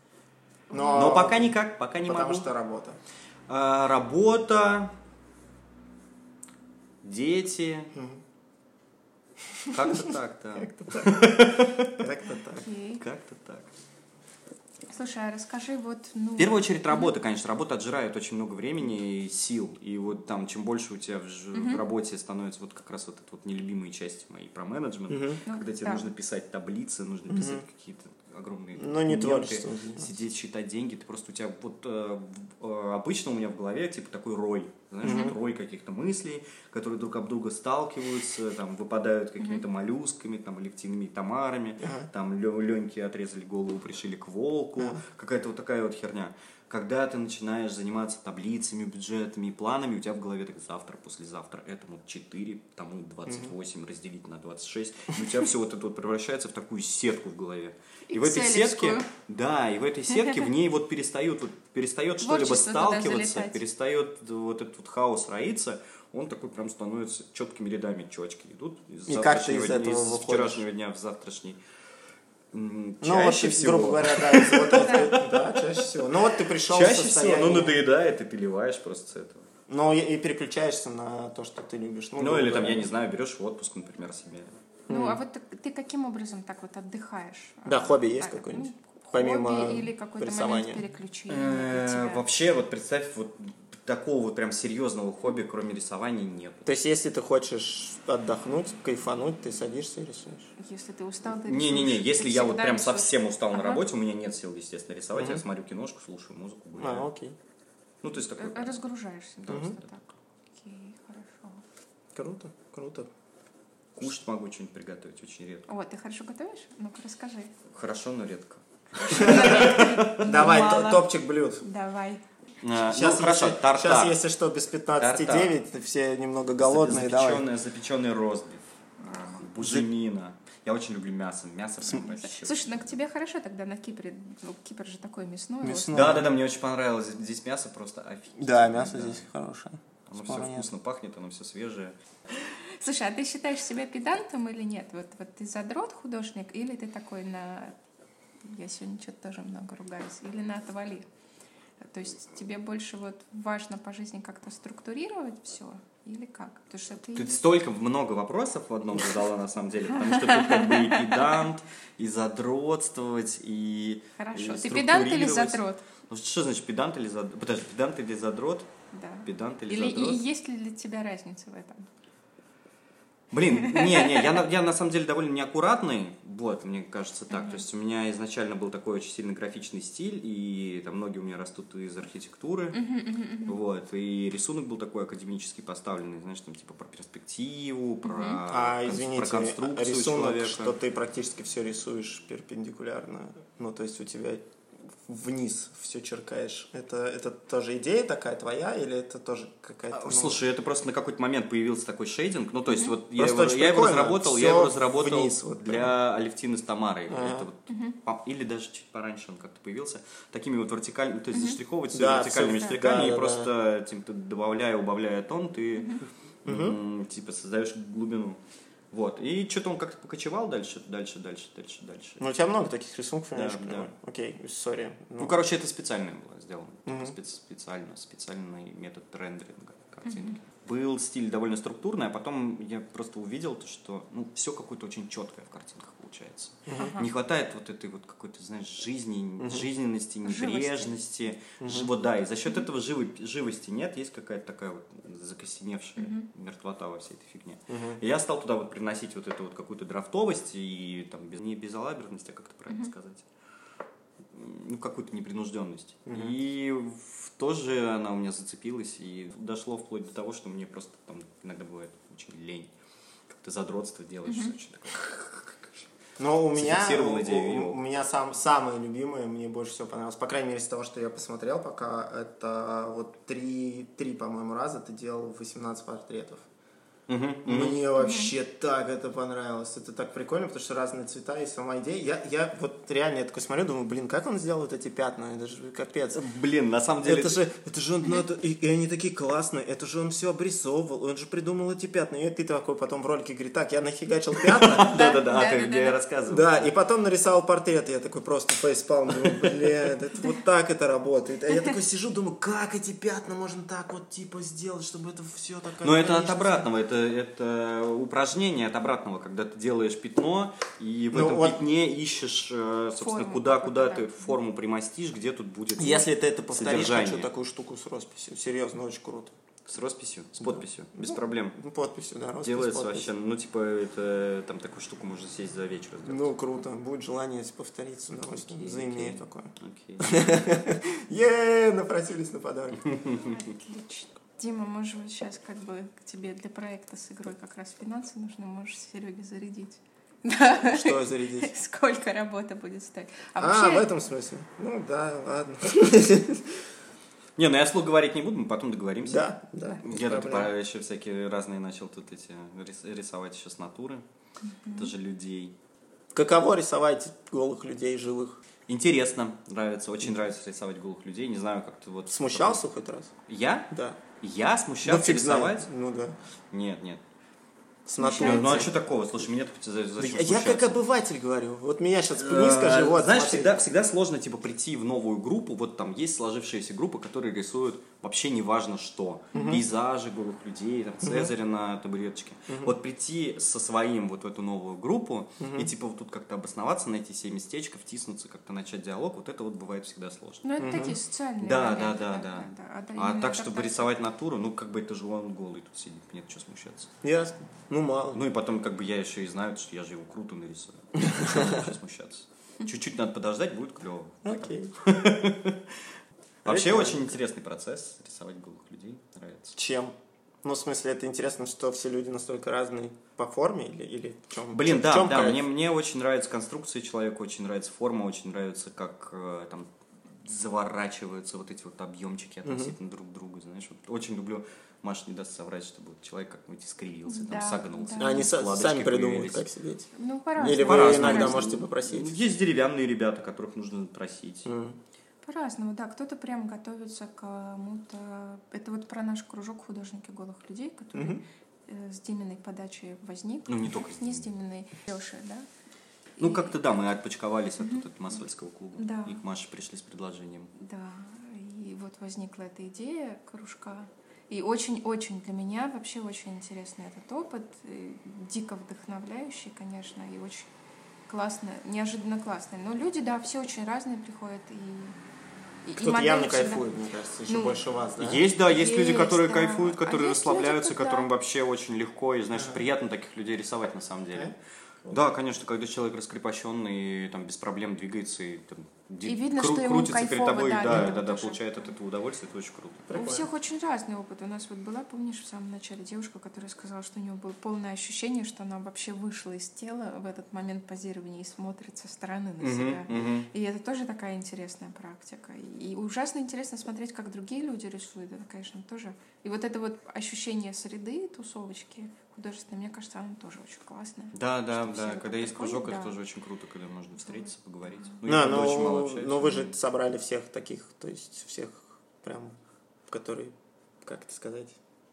S1: Но, Но пока никак, пока не
S2: потому
S1: могу.
S2: Потому что работа.
S1: А, работа, дети. Как-то так, да.
S2: Как-то так. Как-то так.
S3: Окей.
S1: Как-то так.
S3: Слушай, а расскажи вот, ну...
S1: В первую очередь работа, конечно. Работа отжирает очень много времени и сил. И вот там, чем больше у тебя в, ж- в работе становится вот как раз вот эта вот нелюбимая часть моей про менеджмент,
S2: Мгм.
S1: когда тебе
S3: Да.
S1: нужно писать таблицы, нужно писать какие-то огромные
S2: Но не
S1: документы,
S2: творчеством заниматься.
S1: сидеть, считать деньги. Ты просто у тебя вот э, в- э, обычно у меня в голове типа такой рой. Знаешь, вот рой каких-то мыслей, которые друг об друга сталкиваются, там выпадают какими-то моллюсками, там лективными тамарами, там Лё- Леньке отрезали голову, пришили к волку, какая-то вот такая вот херня. Когда ты начинаешь заниматься таблицами, бюджетами и планами, у тебя в голове так завтра, послезавтра этому четыре, тому двадцать восемь разделить на двадцать шесть, и у тебя все вот это вот превращается в такую сетку в голове. И в этой сетке,
S3: Экселевскую.
S1: да, и в этой сетке в ней вот перестают, вот перестает что-либо
S3: Творчество туда
S1: сталкиваться,
S3: залетать.
S1: перестает вот этот вот хаос роиться, он такой прям становится четкими рядами, четки идут из
S2: И как ты
S1: завтрашнего
S2: из
S1: дня,
S2: этого
S1: из
S2: выходишь?
S1: вчерашнего дня в завтрашний. М,
S2: Ну, вот,
S1: Чаще
S2: ты,
S1: всего.
S2: грубо говоря, да, из вот этого, да, чаще всего. Ну, вот ты пришел в
S1: Чаще всего,
S2: состояние...
S1: ну, надоедает, и переливаешь просто с этого.
S2: Ну, и, и переключаешься на то, что ты любишь. Ну,
S1: Ну,
S2: грубо
S1: или там,
S2: говоря.
S1: я не знаю, берешь в отпуск, например, себе.
S3: Ну, а вот ты- ты каким образом так вот отдыхаешь?
S2: Да,
S3: А,
S2: хобби есть
S3: а,
S2: какое-нибудь?
S3: ну,
S2: Помимо
S3: хобби или какой-то
S2: рисования?
S3: момент переключения для
S1: Э,
S3: тебя?
S1: Вообще, вот представь, вот такого вот прям серьезного хобби, кроме рисования, нет.
S2: То есть, если ты хочешь отдохнуть, кайфануть, ты садишься и рисуешь.
S3: Если ты устал, ты
S1: Не-не-не,
S3: рисуешь.
S1: если
S3: Ты
S1: я вот
S3: всегда
S1: прям
S3: рисуешь.
S1: совсем устал на
S3: Ага.
S1: работе, у меня нет сил, естественно, рисовать, я смотрю киношку, слушаю музыку,
S2: А,
S1: гуляю.
S2: окей.
S1: Ну, то есть такой...
S3: Э, Разгружаешься просто
S1: Да.
S3: так. Окей, хорошо.
S2: Круто, круто.
S1: Кушать могу что-нибудь приготовить очень редко.
S3: О, ты хорошо готовишь? Ну-ка, расскажи.
S1: Хорошо, но редко.
S2: Давай,
S3: Мало.
S2: то- топчик блюд.
S3: Давай.
S1: А,
S2: Сейчас,
S1: ну, хорошо,
S2: если,
S1: тартар.
S2: сейчас, если что, без пятнадцати девять, все немного голодные, давай.
S1: Запеченный, запеченный ростбиф. Буженина. Я очень люблю мясо. Мясо прям вообще.
S3: Слушай, ну к тебе хорошо тогда на Кипре. Ну, Кипр же такой мясной.
S2: Мясной.
S1: Да, да, да, мне очень понравилось. Здесь- Здесь мясо просто офигенно.
S2: Да, мясо здесь хорошее.
S1: Оно
S2: Спора
S1: все
S2: нет.
S1: вкусно пахнет, оно все свежее.
S3: Слушай, а ты считаешь себя педантом или нет? Вот, вот ты задрот художник или ты такой на... Я сегодня что-то тоже много ругаюсь. Или на отвали? То есть тебе больше вот важно по жизни как-то структурировать все? Или как? Потому что ты...
S1: Ты столько много вопросов в одном задала, на самом деле, потому что тут как бы и педант, и задротствовать, и
S3: Хорошо.
S1: и
S3: Ты педант или
S1: структурировать.
S3: задрот?
S1: Ну, что значит педант или задрот? Подожди, педант или задрот?
S3: Да.
S1: Педант или,
S3: Или
S1: задрот?
S3: и есть ли для тебя разница в этом?
S1: Блин, не, не, я, на- я на самом деле довольно неаккуратный, вот, мне кажется так. То есть у меня изначально был такой очень сильно графичный стиль, и там ноги у меня растут из архитектуры, вот, и рисунок был такой академически поставленный, знаешь, там типа про перспективу, про,
S2: А,
S1: кон-
S2: извините,
S1: про конструкцию
S2: рисунок,
S1: человека.
S2: что ты практически все рисуешь перпендикулярно. Ну, то есть у тебя вниз все черкаешь. Это, это тоже идея такая твоя, или это тоже какая-то...
S1: А,
S2: ну,
S1: Слушай, это просто на какой-то момент появился такой шейдинг. Ну, то есть, вот я
S2: Просто
S1: его,
S2: очень
S1: я его
S2: прикольно.
S1: разработал,
S2: Всё
S1: я его разработал
S2: вниз вот
S1: для Алевтины с Тамарой.
S2: Ага.
S1: Это вот, по- или даже чуть пораньше он как-то появился. Такими вот вертикальными, то есть заштриховывать всё
S2: Да,
S1: вертикальными
S2: всё,
S1: штрихами,
S2: да,
S1: и
S2: да,
S1: просто типа, добавляя, убавляя тон, ты м, типа создаешь глубину. Вот. И что-то он как-то покочевал дальше, дальше, дальше, дальше, дальше.
S2: Ну, у тебя много таких рисунков,
S1: Да,
S2: конечно,
S1: да.
S2: прям. Окей, сори.
S1: Ну, короче, это специально было сделано. Типа спец- специально, специальный метод рендеринга картинки. Был стиль довольно структурный, а потом я просто увидел, то, что ну, все какое-то очень четкое в картинках получается. Не хватает вот этой вот какой-то, знаешь, жизни, жизненности, небрежности. Ж- Вот, да, и за счет этого живы- живости нет, есть какая-то такая вот закостеневшая мертвота во всей этой фигне. И я стал туда вот приносить вот эту вот какую-то драфтовость и там без, не безалаберность, а как это правильно сказать, ну, какую-то непринужденность. И в- тоже она у меня зацепилась, и дошло вплоть до того, что мне просто там иногда бывает очень лень. Как-то задротство делаешь, очень такое.
S2: Но у меня,
S1: Зафиксировал
S2: у,
S1: идею
S2: у-
S1: его.
S2: у меня сам, самое любимое, мне больше всего понравилось, по крайней мере, из того, что я посмотрел пока, это вот три, три по-моему, раза ты делал восемнадцать портретов. Мне вообще так это понравилось. Это так прикольно, потому что разные цвета и сама идея. Я, я вот реально я такой смотрю, думаю, блин, как он сделал вот эти пятна? Это же капец.
S1: Блин, на самом деле...
S2: Это же, это же он, ну, это- и, и они такие классные, это же он все обрисовывал, он же придумал эти пятна. И ты такой потом в ролике говорит, так, я нахигачил пятна,
S1: Да-да-да,
S3: Да,
S1: ты
S3: да,
S1: где
S3: да,
S1: я
S3: да.
S1: рассказывал.
S2: да, и потом нарисовал портрет, и я такой просто фейспалм, думаю, блин, это вот так это работает. А я такой сижу, думаю, как эти пятна можно так вот типа сделать, чтобы это все такое...
S1: Но это от обратного, это, это упражнение от обратного, когда ты делаешь пятно, и в
S2: Ну,
S1: этом
S2: вот-
S1: пятне ищешь, э, собственно,
S3: Форму
S1: куда, куда
S3: какую-то,
S1: ты
S3: да.
S1: форму примостишь, где тут будет
S2: Если ты это повторишь,
S1: содержание.
S2: хочу такую штуку с росписью. Серьезно, очень круто.
S1: С росписью, с подписью, без
S2: Ну,
S1: проблем.
S2: Ну, подписью, да, роспись,
S1: Делается
S2: подпись.
S1: вообще, ну, типа, это, там, такую штуку можно сесть за вечер сделать.
S2: Ну, круто. Будет желание если повторить с удовольствием.
S1: Окей,
S2: Заимею
S1: окей.
S2: такое.
S1: Окей.
S2: Е, напросились на подарок.
S3: Отлично. Дима, может, вот сейчас как бы к тебе для проекта с игрой как раз финансы нужны, можешь Сереге зарядить.
S2: Что зарядить?
S3: Сколько работа будет стоить. А,
S2: А,
S3: вообще,
S2: в этом смысле? Ну, да, ладно.
S1: Не, ну я слух говорить не буду, мы потом договоримся.
S2: Да, да. без
S1: Я тут
S2: проблем.
S1: по- еще всякие разные начал тут эти рис- рисовать еще с натуры, тоже людей.
S2: Каково рисовать голых людей живых?
S1: Интересно, нравится, очень нравится рисовать голых людей. Не знаю, как ты вот...
S2: Смущался хоть раз?
S1: Я?
S2: Да.
S1: Я
S2: Ну,
S1: смущался
S2: фиг
S1: рисовать?
S2: знает. Ну, да.
S1: Нет, нет.
S2: С
S3: Смущается.
S2: натурой.
S1: Ну а что такого? Слушай, меня тут за-
S2: Да
S1: зачем
S2: Я, я как
S1: смущаться?
S2: обыватель говорю. Вот меня сейчас пни,
S1: Э,
S2: скажи, вот,
S1: Знаешь,
S2: смотри.
S1: всегда, всегда сложно типа прийти в новую группу. Вот там есть сложившиеся группы, которые рисуют вообще неважно что. Пейзажи голых людей, там, Цезаря на табуреточке. Вот прийти со своим вот в эту новую группу и типа вот тут как-то обосноваться, найти себе местечко, втиснуться, как-то начать диалог, вот это вот бывает всегда сложно.
S3: ну это такие социальные
S1: Да,
S3: моменты,
S1: да, да, да.
S3: А, да,
S1: А
S3: именно
S1: так, чтобы
S3: адаптация.
S1: рисовать натуру, ну как бы это же он голый тут сидит, нет что смущаться.
S2: Ясно. Ну, мало.
S1: Ну и потом как бы я еще и знаю, что я же его круто нарисую. Что смущаться. Чуть-чуть надо подождать, будет клево.
S2: Окей.
S1: Вообще
S2: Прикольно.
S1: очень интересный процесс рисовать голых людей. Нравится.
S2: Чем? Ну, в смысле, это интересно, что все люди настолько разные по форме или, или в чем?
S1: Блин,
S2: в
S1: да,
S2: чем
S1: да,
S2: кайф?
S1: мне, мне очень нравится конструкция человека, очень нравится форма, очень нравится, как э, там заворачиваются вот эти вот объемчики относительно друг друга, знаешь. Вот очень люблю, Маша не даст соврать, чтобы вот человек как-нибудь искривился,
S3: Да,
S1: там согнулся.
S3: да.
S2: А они са-
S1: складочки
S2: сами придумывают,
S1: появились.
S2: как сидеть.
S3: Ну, по-разному.
S2: Или вы
S1: По-разному.
S2: иногда
S3: По-разному.
S2: можете попросить.
S1: Есть деревянные ребята, которых нужно просить.
S2: М.
S3: По-разному, да. Кто-то прям готовится к кому-то. Это вот про наш кружок художники голых людей, который
S2: Мгм.
S3: э, с Диминой подачи возник.
S1: Ну, не только с
S3: Не с Диминой, Лешей, да?
S1: Ну,
S3: И-
S1: как-то да, мы отпочковались от, от Масвальского клуба.
S3: Да.
S1: И к Маше пришли с предложением.
S3: Да, и вот возникла эта идея кружка. И очень-очень для меня вообще очень интересный этот опыт. И дико вдохновляющий, конечно, и очень классно, неожиданно классный. Но люди, да, все очень разные приходят. И, и, и
S2: Кто-то
S3: модели
S2: явно
S3: всегда-
S2: кайфует, мне кажется, еще
S3: Ну,
S2: больше вас, да?
S1: Есть, да, есть, люди,
S3: Есть,
S1: которые
S3: да.
S1: кайфуют, которые
S3: А есть
S1: расслабляются,
S3: люди, когда-
S1: которым вообще очень легко, и, знаешь, приятно таких людей рисовать на самом деле. Да, конечно, когда человек раскрепощенный, там, без проблем двигается и, там, ди-
S3: И видно,
S1: кру-
S3: что ему
S1: крутится перед
S3: кайфово,
S1: тобой,
S3: да,
S1: да,
S3: от
S1: да,
S3: этого
S1: да,
S3: тоже.
S1: получает от этого удовольствие, это очень круто.
S3: У
S2: Прикольно.
S3: всех очень разный опыт. У нас вот была, помнишь, в самом начале девушка, которая сказала, что у нее было полное ощущение, что она вообще вышла из тела в этот момент позирования и смотрит со стороны на себя.
S1: Мгм.
S3: И это тоже такая интересная практика. И ужасно интересно смотреть, как другие люди рисуют. Это, конечно, тоже. И вот это вот ощущение среды, тусовочки художественной, мне кажется, оно тоже очень классное.
S1: Да, да,
S3: Что все
S1: да,
S3: вот
S1: когда
S3: так
S1: есть
S3: приходят,
S1: кружок, это
S3: да.
S1: тоже очень круто, когда можно встретиться, поговорить.
S2: Да,
S1: Ну, я правда, очень мало
S2: но,
S1: общаюсь.
S2: но вы же собрали всех таких, то есть всех прям, которые, как это сказать?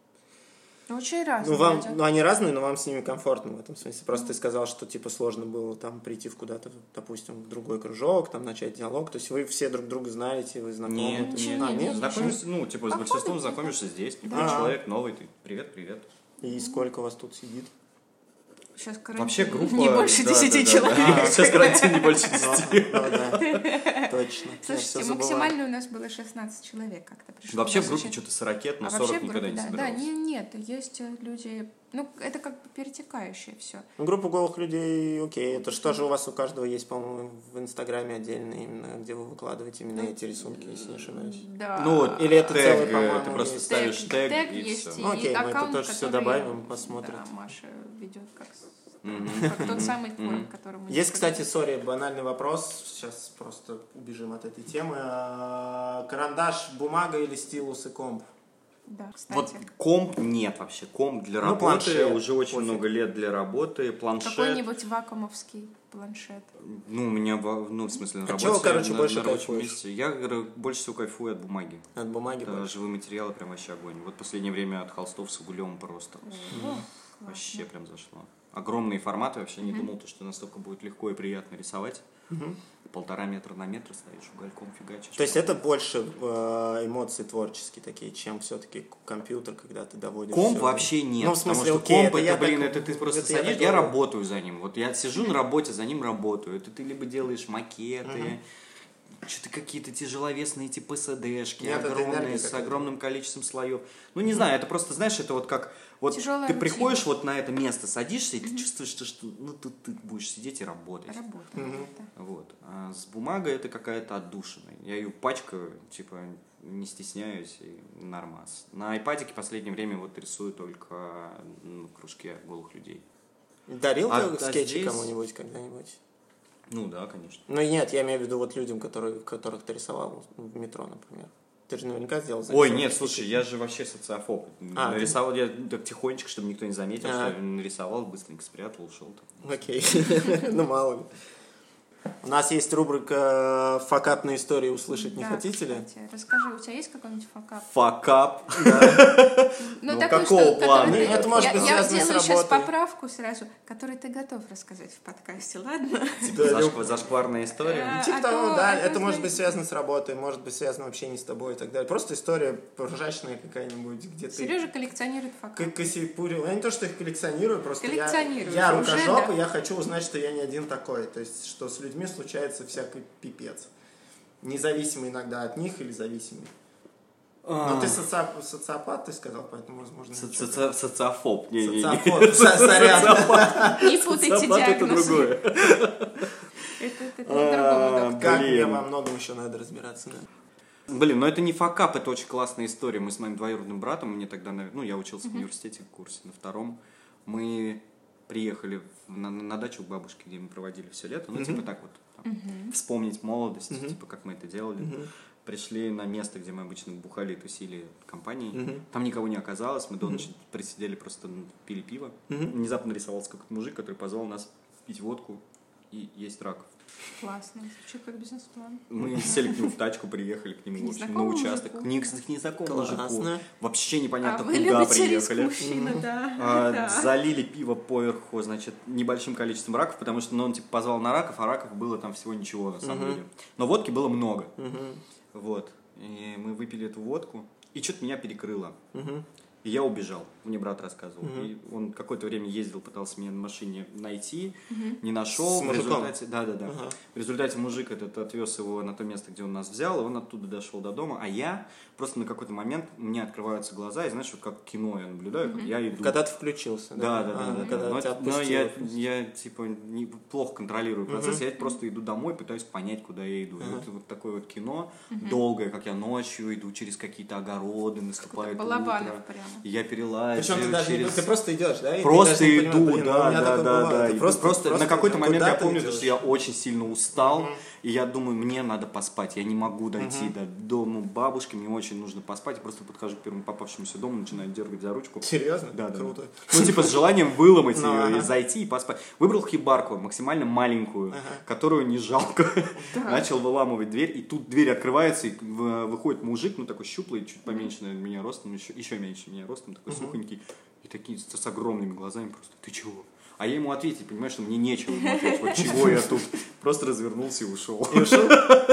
S3: Ну, очень разные.
S2: Ну, вам,
S3: люди.
S2: ну, они разные, но вам с ними комфортно в этом смысле. Просто ты сказал, что, типа, сложно было там прийти в куда-то, допустим, в другой кружок, там, начать диалог. То есть вы все друг друга знаете, вы знакомы?
S1: Нет,
S3: Ничего
S1: нет,
S3: не
S2: А, нет?
S3: видишь.
S1: Знакомишься, ну, типа, с
S3: Походу,
S1: большинством
S3: да.
S1: знакомишься здесь. Приходит
S2: Да.
S1: человек новый, ты, привет, привет.
S2: И сколько вас тут сидит?
S3: Сейчас карантин.
S1: Вообще группа...
S3: Не больше
S1: да,
S3: десяти
S1: да, да,
S3: человек.
S1: да. Сейчас карантин не больше
S2: Ну,
S1: десяти.
S2: ну, да, точно. Я всё
S3: Слушайте,
S2: забываю.
S3: максимально у нас было шестнадцать человек как-то пришло.
S1: Вообще
S3: У
S1: в
S3: нас
S1: группе
S3: очень-
S1: что-то сорокет, но
S3: А вообще
S1: сорок
S3: в
S1: никогда
S3: группе,
S1: не
S3: да, да,
S1: собиралось.
S3: не, нет, есть э, люди, ну, это как бы перетекающее все.
S2: Ну, группа голых людей, окей. Это что же у вас у каждого есть, по-моему, в Инстаграме отдельно, именно, где вы выкладываете именно эти рисунки, если не ошибаюсь.
S3: Да.
S1: Ну, вот,
S2: Или это
S1: тег,
S2: целый,
S1: э,
S2: по-моему,
S1: ты просто
S2: есть.
S1: ставишь тег,
S3: тег
S1: и
S3: есть,
S1: все.
S3: и
S2: Ну, окей, мы это
S3: аккаунт,
S2: тоже всё
S3: который,
S2: добавим, посмотрим.
S3: Да, Маша ведет как, с-
S1: Мгм.
S3: как тот самый
S1: Мгм.
S3: конь, которому...
S2: Есть, кстати, сори, банальный вопрос. Сейчас просто убежим от этой темы. А, Карандаш, бумага или стилус и комп?
S3: Да,
S1: Вот
S3: кстати.
S1: комп нет вообще. Комп для
S2: Ну,
S1: работы,
S2: планшет,
S1: уже очень
S2: пофиг.
S1: много лет для работы. Планшет.
S3: Какой-нибудь вакуумовский планшет.
S1: Ну, у меня, во- ну, в смысле, на
S2: От
S1: работе.
S2: чего, короче,
S1: на,
S2: больше
S1: на рабочем
S2: кайфуешь?
S1: месте. Я говорю, больше всего кайфую от бумаги.
S2: От бумаги
S1: Это
S2: больше.
S1: живые материалы прям вообще огонь. Вот в последнее время от холстов с углем просто.
S3: О,
S1: Вообще прям зашло. Огромные форматы, вообще не думал, что настолько будет легко и приятно рисовать.
S2: Мгм.
S1: Полтора метра на метр стоишь, угольком фигачишь.
S2: То есть это больше э, эмоции творческие такие, чем все-таки компьютер, когда ты доводишь.
S1: Комп
S2: всё.
S1: вообще нет,
S2: Ну, в смысле,
S1: потому что
S2: окей,
S1: комп,
S2: это
S1: это,
S2: я
S1: блин,
S2: так-
S1: это ты просто
S2: это я
S1: садишь,
S2: так
S1: я,
S2: говорю.
S1: работаю за ним. Вот я сижу на работе, за ним работаю. Это ты либо делаешь макеты, что-то какие-то тяжеловесные типа эс дэ шки,
S2: Нет, это
S1: огромные,
S2: энергия
S1: с
S2: какая-то.
S1: огромным количеством слоев. Ну, не знаю, это просто, знаешь, это вот как... Вот
S3: Тяжелая
S1: ты
S3: рутина.
S1: приходишь вот на это место, садишься, и ты чувствуешь, что, что ну, тут ты будешь сидеть и работать.
S3: Работа.
S2: Мгм.
S3: да.
S1: Вот. А с бумагой это какая-то отдушина. Я ее пачкаю, типа, не стесняюсь, и нормас. На айпадике в последнее время вот рисую только ну, кружки голых людей.
S2: Дарил
S1: А-
S2: ты
S1: а
S2: скетчи
S1: здесь-
S2: кому-нибудь когда-нибудь?
S1: Ну да, конечно.
S2: Ну нет, я имею в виду вот людям, которые, которых ты рисовал в метро, например. Ты же наверняка сделал
S1: Ой,
S2: зарисовки
S1: нет,
S2: такие.
S1: слушай, я же вообще социофоб.
S2: А,
S1: Нарисовал я так тихонечко, чтобы никто не заметил,
S2: А.
S1: что я нарисовал, быстренько спрятал, ушел там.
S2: Окей, ну мало ли. У нас есть рубрика «Факапные истории услышать не
S3: Да,
S2: хотите ли?»
S3: кстати, расскажи, у тебя есть какой-нибудь факап?
S1: Факап. Ну,
S3: такой,
S1: какого
S3: что-
S1: плана?
S3: который ты-
S2: Ну, это может
S3: я,
S2: быть
S3: я
S2: связано с
S3: делаю сейчас
S2: работой.
S3: поправку сразу, который ты готов рассказать в подкасте, ладно?
S1: Типа зашк- зашкварная история.
S3: А,
S2: Типа
S3: а
S2: того,
S3: то-
S2: да,
S3: а то,
S2: это может
S3: знаешь-
S2: быть связано с работой, может быть связано вообще не с тобой и так далее. Просто история поржачная какая-нибудь, где ты
S3: Сережа коллекционирует факап.
S2: к- косипурил. Я не то, что их коллекционирую, просто я,
S3: Коллекционируешь
S2: я
S3: уже,
S2: рукожоп,
S3: да.
S2: и я хочу узнать, что я не один такой. То есть, что с людьми случается всякий пипец. Независимо иногда от них или зависимый. Но ты социоп- социопат, ты сказал, поэтому, возможно...
S1: Соци-
S2: ничего.
S1: соци- Социофоб. Не, не, не.
S2: Социофоб, со- сорян.
S3: Не путайте
S1: Социопат это
S3: диагнозы.
S1: другое.
S3: Это, это, это другому
S1: А,
S3: доктору.
S2: Как мне
S1: Блин.
S2: во многом еще надо разбираться, да.
S1: Блин, ну это не факап, это очень классная история. Мы с моим двоюродным братом, мне тогда, навер- ну, я учился в университете в курсе на втором, мы приехали в- на, на дачу к бабушке, где мы проводили все лето, ну, типа так вот, там, вспомнить молодость, типа, как мы это делали. Пришли на место, где мы обычно бухали и тусили компанией. Там никого не оказалось, мы до ночи присидели, просто пили пиво. Внезапно нарисовался какой-то мужик, который позвал нас пить водку и есть раков.
S3: Классно, звучит как бизнес-план.
S1: Мы сели к нему в тачку, приехали к нему
S3: К
S1: в общем, на
S3: незнакомому
S1: участок.
S3: мужику.
S1: Не, к незнакомому мужику.
S2: Классно.
S1: Вообще
S3: А
S1: непонятно,
S3: вы
S1: куда
S3: любите риск
S1: приехали.
S3: мужчины, да.
S1: А,
S3: да.
S1: залили пиво поверху, значит, небольшим количеством раков, потому что ну, он типа позвал на раков, а раков было там всего ничего на самом деле. Но водки было много. Вот. И мы выпили эту водку, и что-то меня перекрыло. И я убежал, мне брат рассказывал. И он какое-то время ездил, пытался меня на машине найти, не нашел.
S2: С
S1: В
S2: мужиком?
S1: результате, да, да, да.
S2: Ага.
S1: В результате мужик этот отвез его на то место, где он нас взял, и он оттуда дошел до дома, а я просто на какой-то момент, у меня открываются глаза, и знаешь, вот как кино я наблюдаю, как я иду.
S2: Когда ты включился,
S1: Да,
S2: да?
S1: да, да,
S2: А,
S1: да,
S2: когда
S1: да.
S2: тебя
S1: Но, но я,
S2: отпустило.
S1: я, типа, не, плохо контролирую процесс, я просто иду домой, пытаюсь понять, куда я иду. И вот, вот такое вот кино, долгое, как я ночью иду через какие-то огороды, наступает
S3: Балабанов
S1: утро,
S3: прямо.
S1: и я перелазю
S2: Причем ты даже не-
S1: через...
S2: ты просто идешь, да? И ты
S1: Просто
S2: даже не
S1: иду,
S2: понимаешь, блин, ну, у
S1: да,
S2: меня
S1: да,
S2: такое
S1: да,
S2: бывает.
S1: да.
S2: Ты
S1: И
S2: просто,
S1: просто,
S2: просто
S1: на какой-то момент
S2: куда
S1: я
S2: ты
S1: помню,
S2: идешь?
S1: что я очень сильно устал, и я думаю, мне надо поспать, я не могу дойти до дома бабушки, мне очень нужно поспать, я просто подхожу к первому попавшемуся дому, начинаю дергать за ручку.
S2: Серьезно?
S1: Да, да.
S2: Круто.
S1: Ну, типа, с желанием выломать
S2: Ну,
S1: ее
S2: ага.
S1: и зайти и поспать. Выбрал хибарку, максимально маленькую, которую не жалко. Начал выламывать дверь, и тут дверь открывается, и в- выходит мужик, ну, такой щуплый, чуть поменьше, наверное, меня ростом, еще, еще меньше меня ростом, такой сухонький, и такие с, с огромными глазами просто, ты чего? А я ему ответить, понимаешь, что мне нечего ему ответить, вот чего я тут. Просто развернулся и ушел.
S2: И ушел?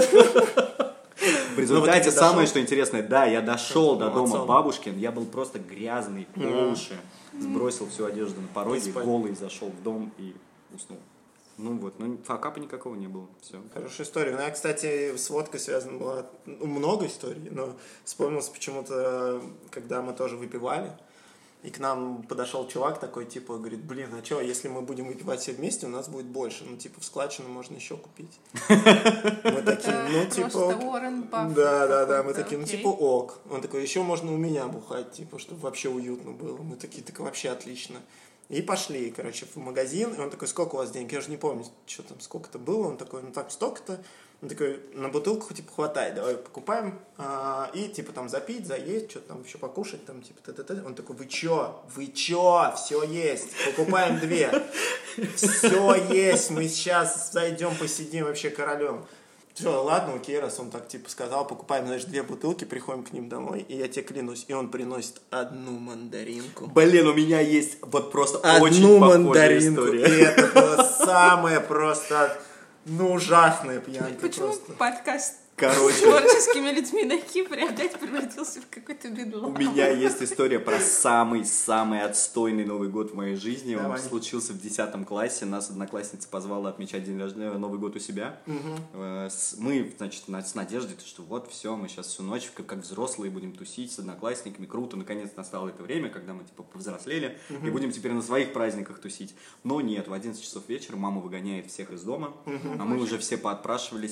S1: В результате
S2: ты
S1: самое,
S2: дошел?
S1: что интересное, да, я дошел до дома
S2: Молодцом.
S1: бабушки, я был просто грязный, по уши, сбросил всю одежду на пороге,
S2: спать.
S1: голый зашел в дом и уснул. Ну вот, ну факапа никакого не было, все.
S2: Хорошая история. Ну, я, кстати, с водкой связана была ну, много историй, но вспомнился почему-то, когда мы тоже выпивали, и к нам подошел чувак такой, типа, говорит, блин, а что, если мы будем выпивать все вместе, у нас будет больше. Ну, типа, в складчину можно еще купить. Мы такие, ну, типа...
S3: Просто
S2: ок.
S3: Уоррен Баффет
S2: Да, да, да, мы
S3: какой-то,
S2: такие, ну,
S3: окей.
S2: типа, ок. Он такой, еще можно у меня бухать, типа, чтобы вообще уютно было. Мы такие, так вообще отлично. И пошли, короче, в магазин, и он такой, сколько у вас денег? Я уже не помню, что там, сколько-то было. Он такой, ну, так, столько-то. Он такой, на бутылку, типа, хватает, давай покупаем. А, и, типа, там, запить, заесть, что-то там еще покушать, там, типа, т-т-т. Он такой, вы чё? Вы чё? Все есть. Покупаем две. Все есть. Мы сейчас зайдем, посидим вообще королем. Все, ладно, окей, раз он так типа сказал, покупаем, знаешь, две бутылки, приходим к ним домой, и я тебе клянусь, и он приносит одну мандаринку.
S1: Блин, у меня есть вот просто
S2: Одну
S1: очень похожая
S2: мандаринку,
S1: история.
S2: и это было самое просто, ну, ужасная пьянка.
S3: Почему
S2: просто.
S3: подкаст с
S1: Короче,
S3: творческими людьми на Кипре опять превратился в какой-то бедло?
S1: у меня есть история про самый-самый отстойный Новый год в моей жизни.
S2: Давай.
S1: Он случился в десятом классе. Нас одноклассница позвала отмечать день рождения, Новый год у себя. Э, с- Мы, значит, на- с надеждой, что вот все, мы сейчас всю ночь, как, как взрослые, будем тусить с одноклассниками. Круто, наконец настало это время, когда мы типа повзрослели и будем теперь на своих праздниках тусить. Но нет, в одиннадцать часов вечера мама выгоняет всех из дома, а мы уже все поотпрашивались.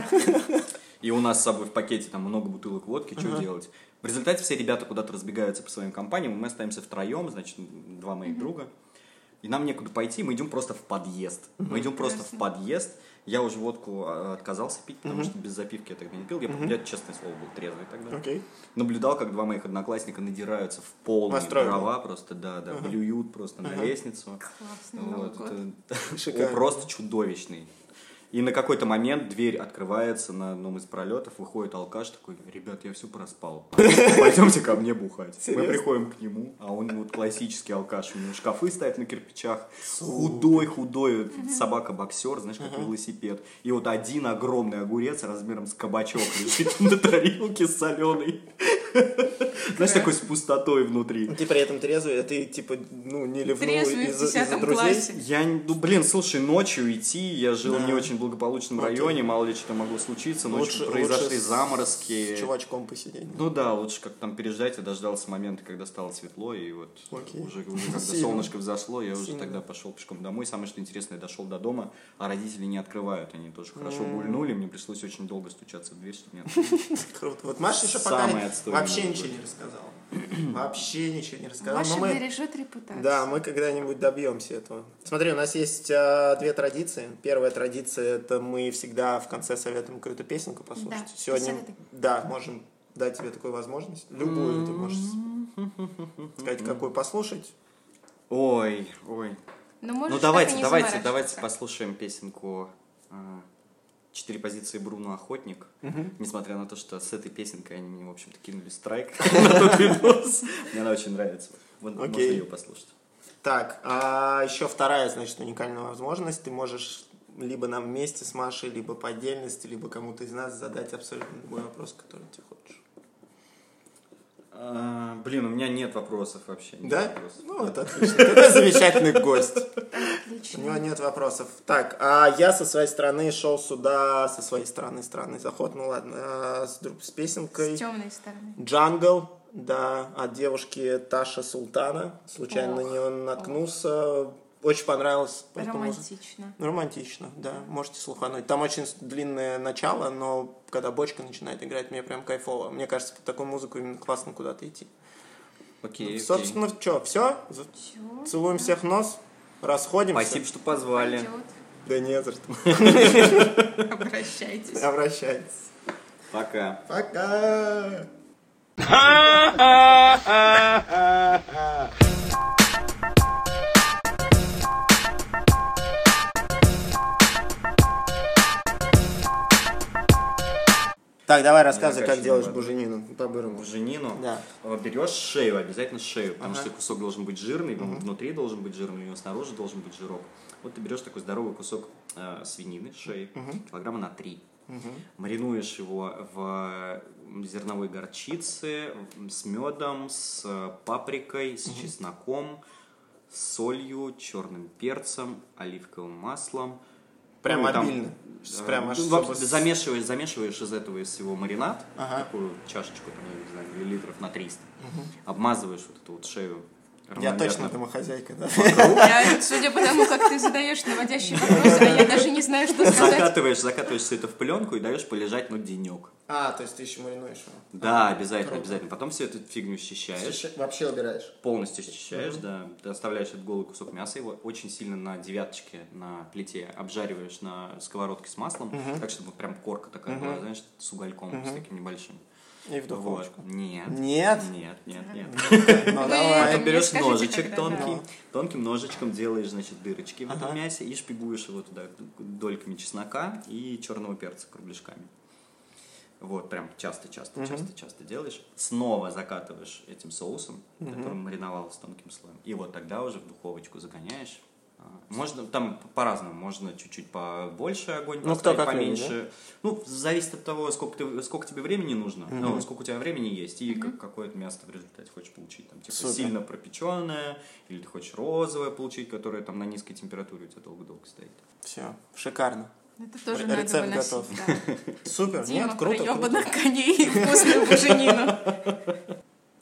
S1: И у нас с собой в пакете там много бутылок водки, что делать? В результате все ребята куда-то разбегаются по своим компаниям, и мы остаемся втроем, значит, два моих друга. И нам некуда пойти, мы идем просто в подъезд. Мы идем просто в подъезд. Я уже водку а, отказался пить, потому что без запивки я тогда не пил. Я, я, честное слово, был трезвый тогда.
S2: Окей.
S1: Наблюдал, как два моих одноклассника надираются в полные
S2: Настроены.
S1: дрова, просто, да, да, блюют просто на лестницу.
S3: Классный Новый
S1: Вот,
S3: год.
S1: это-
S2: Шикарно.
S1: О, просто чудовищный. И на какой-то момент дверь открывается на одном из пролетов, выходит алкаш такой: ребят, я все проспал, пойдемте ко мне бухать. Мы
S2: Серьезно?
S1: приходим к нему, а он вот классический алкаш, у него шкафы стоят на кирпичах, худой-худой, собака-боксер, знаешь, как велосипед. И вот один огромный огурец размером с кабачок лежит на тарелке соленой. Знаешь, такой с пустотой внутри.
S2: Ты при этом трезвый, а ты типа, ну, не ливнул
S3: Трезвый в
S2: из-за из-за
S3: десятом
S2: друзей?
S3: классе.
S1: Я, ну, блин, слушай, ночью идти, я жил
S2: Да.
S1: в не очень благополучном
S2: Окей.
S1: районе, мало ли что могло случиться, ночью
S2: Лучше-
S1: произошли
S2: лучше с-
S1: заморозки.
S2: С чувачком посидеть.
S1: Ну да, лучше как там переждать, я дождался момента, когда стало светло, и вот
S2: Окей.
S1: уже, уже когда
S2: Сильно.
S1: солнышко взошло, я уже
S2: Сильно.
S1: тогда пошел пешком домой. Самое что интересное, я дошел до дома, а родители не открывают, они тоже хорошо гульнули, мне пришлось очень долго стучаться в дверь, чтобы меня открыли.
S2: Круто. Вот Маша еще пока
S1: Самый отстойный
S2: вообще
S1: Новый
S2: ничего
S1: год.
S2: не рассказала. Вообще ничего не рассказала.
S3: Маша
S2: Но мы-
S3: бережет репутацию.
S2: Да, мы когда-нибудь добьемся этого. Смотри, у нас есть а, две традиции. Первая традиция — это мы всегда в конце советуем какую-то песенку послушать.
S3: Да,
S2: Сегодня,
S3: советуй.
S2: да, можем дать тебе такую возможность. Любую ты можешь сказать, какую послушать.
S1: Ой, ой.
S3: Но можешь
S1: Ну
S3: так и
S1: давайте,
S3: не
S1: давайте,
S3: заморачиваться.
S1: давайте послушаем песенку а, «Четыре позиции Бруно Охотник». Несмотря на то, что с этой песенкой они, в общем-то, кинули страйк на тот видос. Мне она очень нравится. Вот можно
S2: Окей.
S1: ее послушать.
S2: Так, а еще вторая, значит, уникальная возможность. Ты можешь либо нам вместе с Машей, либо по отдельности, либо кому-то из нас задать абсолютно любой вопрос, который ты хочешь.
S1: А, блин, у меня нет вопросов вообще. нет
S2: Да?
S1: вопросов.
S2: Ну, это отлично. Ты замечательный гость. У
S3: Отлично.
S2: него нет вопросов. Так, а я со своей стороны шел сюда, со своей стороны, странный заход, ну ладно, а, с, друг- с песенкой
S3: С темной стороны.
S2: «Джангл», да, от девушки Таши Султана. Случайно
S3: Ох,
S2: на нее наткнулся. Очень понравилось. поэтому-
S3: Романтично.
S2: Ну, романтично, да, можете слухануть. Там очень длинное начало, но когда бочка начинает играть, мне прям кайфово. Мне кажется, под такую музыку именно классно куда-то идти.
S1: Окей, окей.
S2: Собственно, что, все?
S3: Всё.
S2: Целуем всех в нос, расходимся.
S1: Спасибо, что позвали.
S3: Пойдёт.
S2: Да не за что.
S3: Обращайтесь.
S2: Обращайтесь.
S1: Пока.
S2: Пока. Так, давай рассказывай, как
S1: заканчиваем,
S2: делаешь
S1: ладно.
S2: буженину по-бырому.
S1: Буженину.
S2: Да.
S1: Э, Берешь шею, обязательно шею, потому
S2: Ага.
S1: что кусок должен быть жирный, он внутри должен быть жирный, и снаружи должен быть жирок. Вот ты берешь такой здоровый кусок э, свинины, шеи, килограмма на три. Маринуешь его в зерновой горчице, с медом, с паприкой, с чесноком, с солью, черным перцем, оливковым маслом.
S2: Прям
S1: Ну, и там,
S2: обильно.
S1: э,
S2: Прям аж
S1: ну,
S2: чтобы
S1: вообще
S2: с-
S1: замешиваешь, замешиваешь из этого из всего маринад,
S2: Ага.
S1: такую чашечку, там, я не знаю, миллилитров на триста. Обмазываешь вот эту вот шею.
S2: Я
S1: равномерно.
S2: точно домохозяйка, да?
S3: Я, судя по тому, как ты задаешь наводящие вопросы, а я даже не знаю, что сказать.
S1: Закатываешь, закатываешь все это в пленку и даешь полежать, ну, денек.
S2: А, то есть ты еще маринуешь его.
S1: Да, обязательно,
S2: круто.
S1: обязательно. Потом всю эту фигню счищаешь.
S2: Вообще убираешь.
S1: Полностью счищаешь, да. Ты оставляешь этот голый кусок мяса, его очень сильно на девяточке на плите обжариваешь на сковородке с маслом, так, чтобы прям корка такая была, знаешь, с угольком, с таким небольшим.
S2: И в духовочку.
S1: Вот. Нет.
S2: Нет?
S1: Нет, нет, нет.
S2: Ну,
S3: Вы
S2: давай.
S1: Потом
S3: мне
S1: берешь
S3: скажите,
S1: ножичек
S3: когда,
S1: тонкий,
S3: да.
S1: тонким ножичком делаешь, значит, дырочки в
S2: Ага.
S1: этом мясе и шпигуешь его туда дольками чеснока и черного перца кругляшками. Вот, прям часто-часто,
S2: Мгм.
S1: часто-часто делаешь. Снова закатываешь этим соусом,
S2: Мгм.
S1: которым мариновался тонким слоем. И вот тогда уже в духовочку загоняешь. А, Можно, там по-разному, можно чуть-чуть побольше огонь
S2: Ну, кто
S1: поставить,
S2: как
S1: поменьше.
S2: любит,
S1: Ну, зависит от того, сколько, ты, сколько тебе времени нужно,
S2: Мгм.
S1: ну, сколько у тебя времени есть, и
S3: Мгм.
S1: как, какое ты мясо в результате хочешь получить. Там, типа,
S2: Супер.
S1: сильно пропеченное, или ты хочешь розовое получить, которое там на низкой температуре у тебя долго-долго стоит.
S2: Все, шикарно.
S3: Это тоже
S2: Р-
S3: надо
S2: рецепт
S3: выносить,
S2: готов.
S3: да.
S2: Супер,
S3: Дима
S2: нет, круто,
S3: про
S2: круто.
S3: ёбаных коней и вкусную буженину.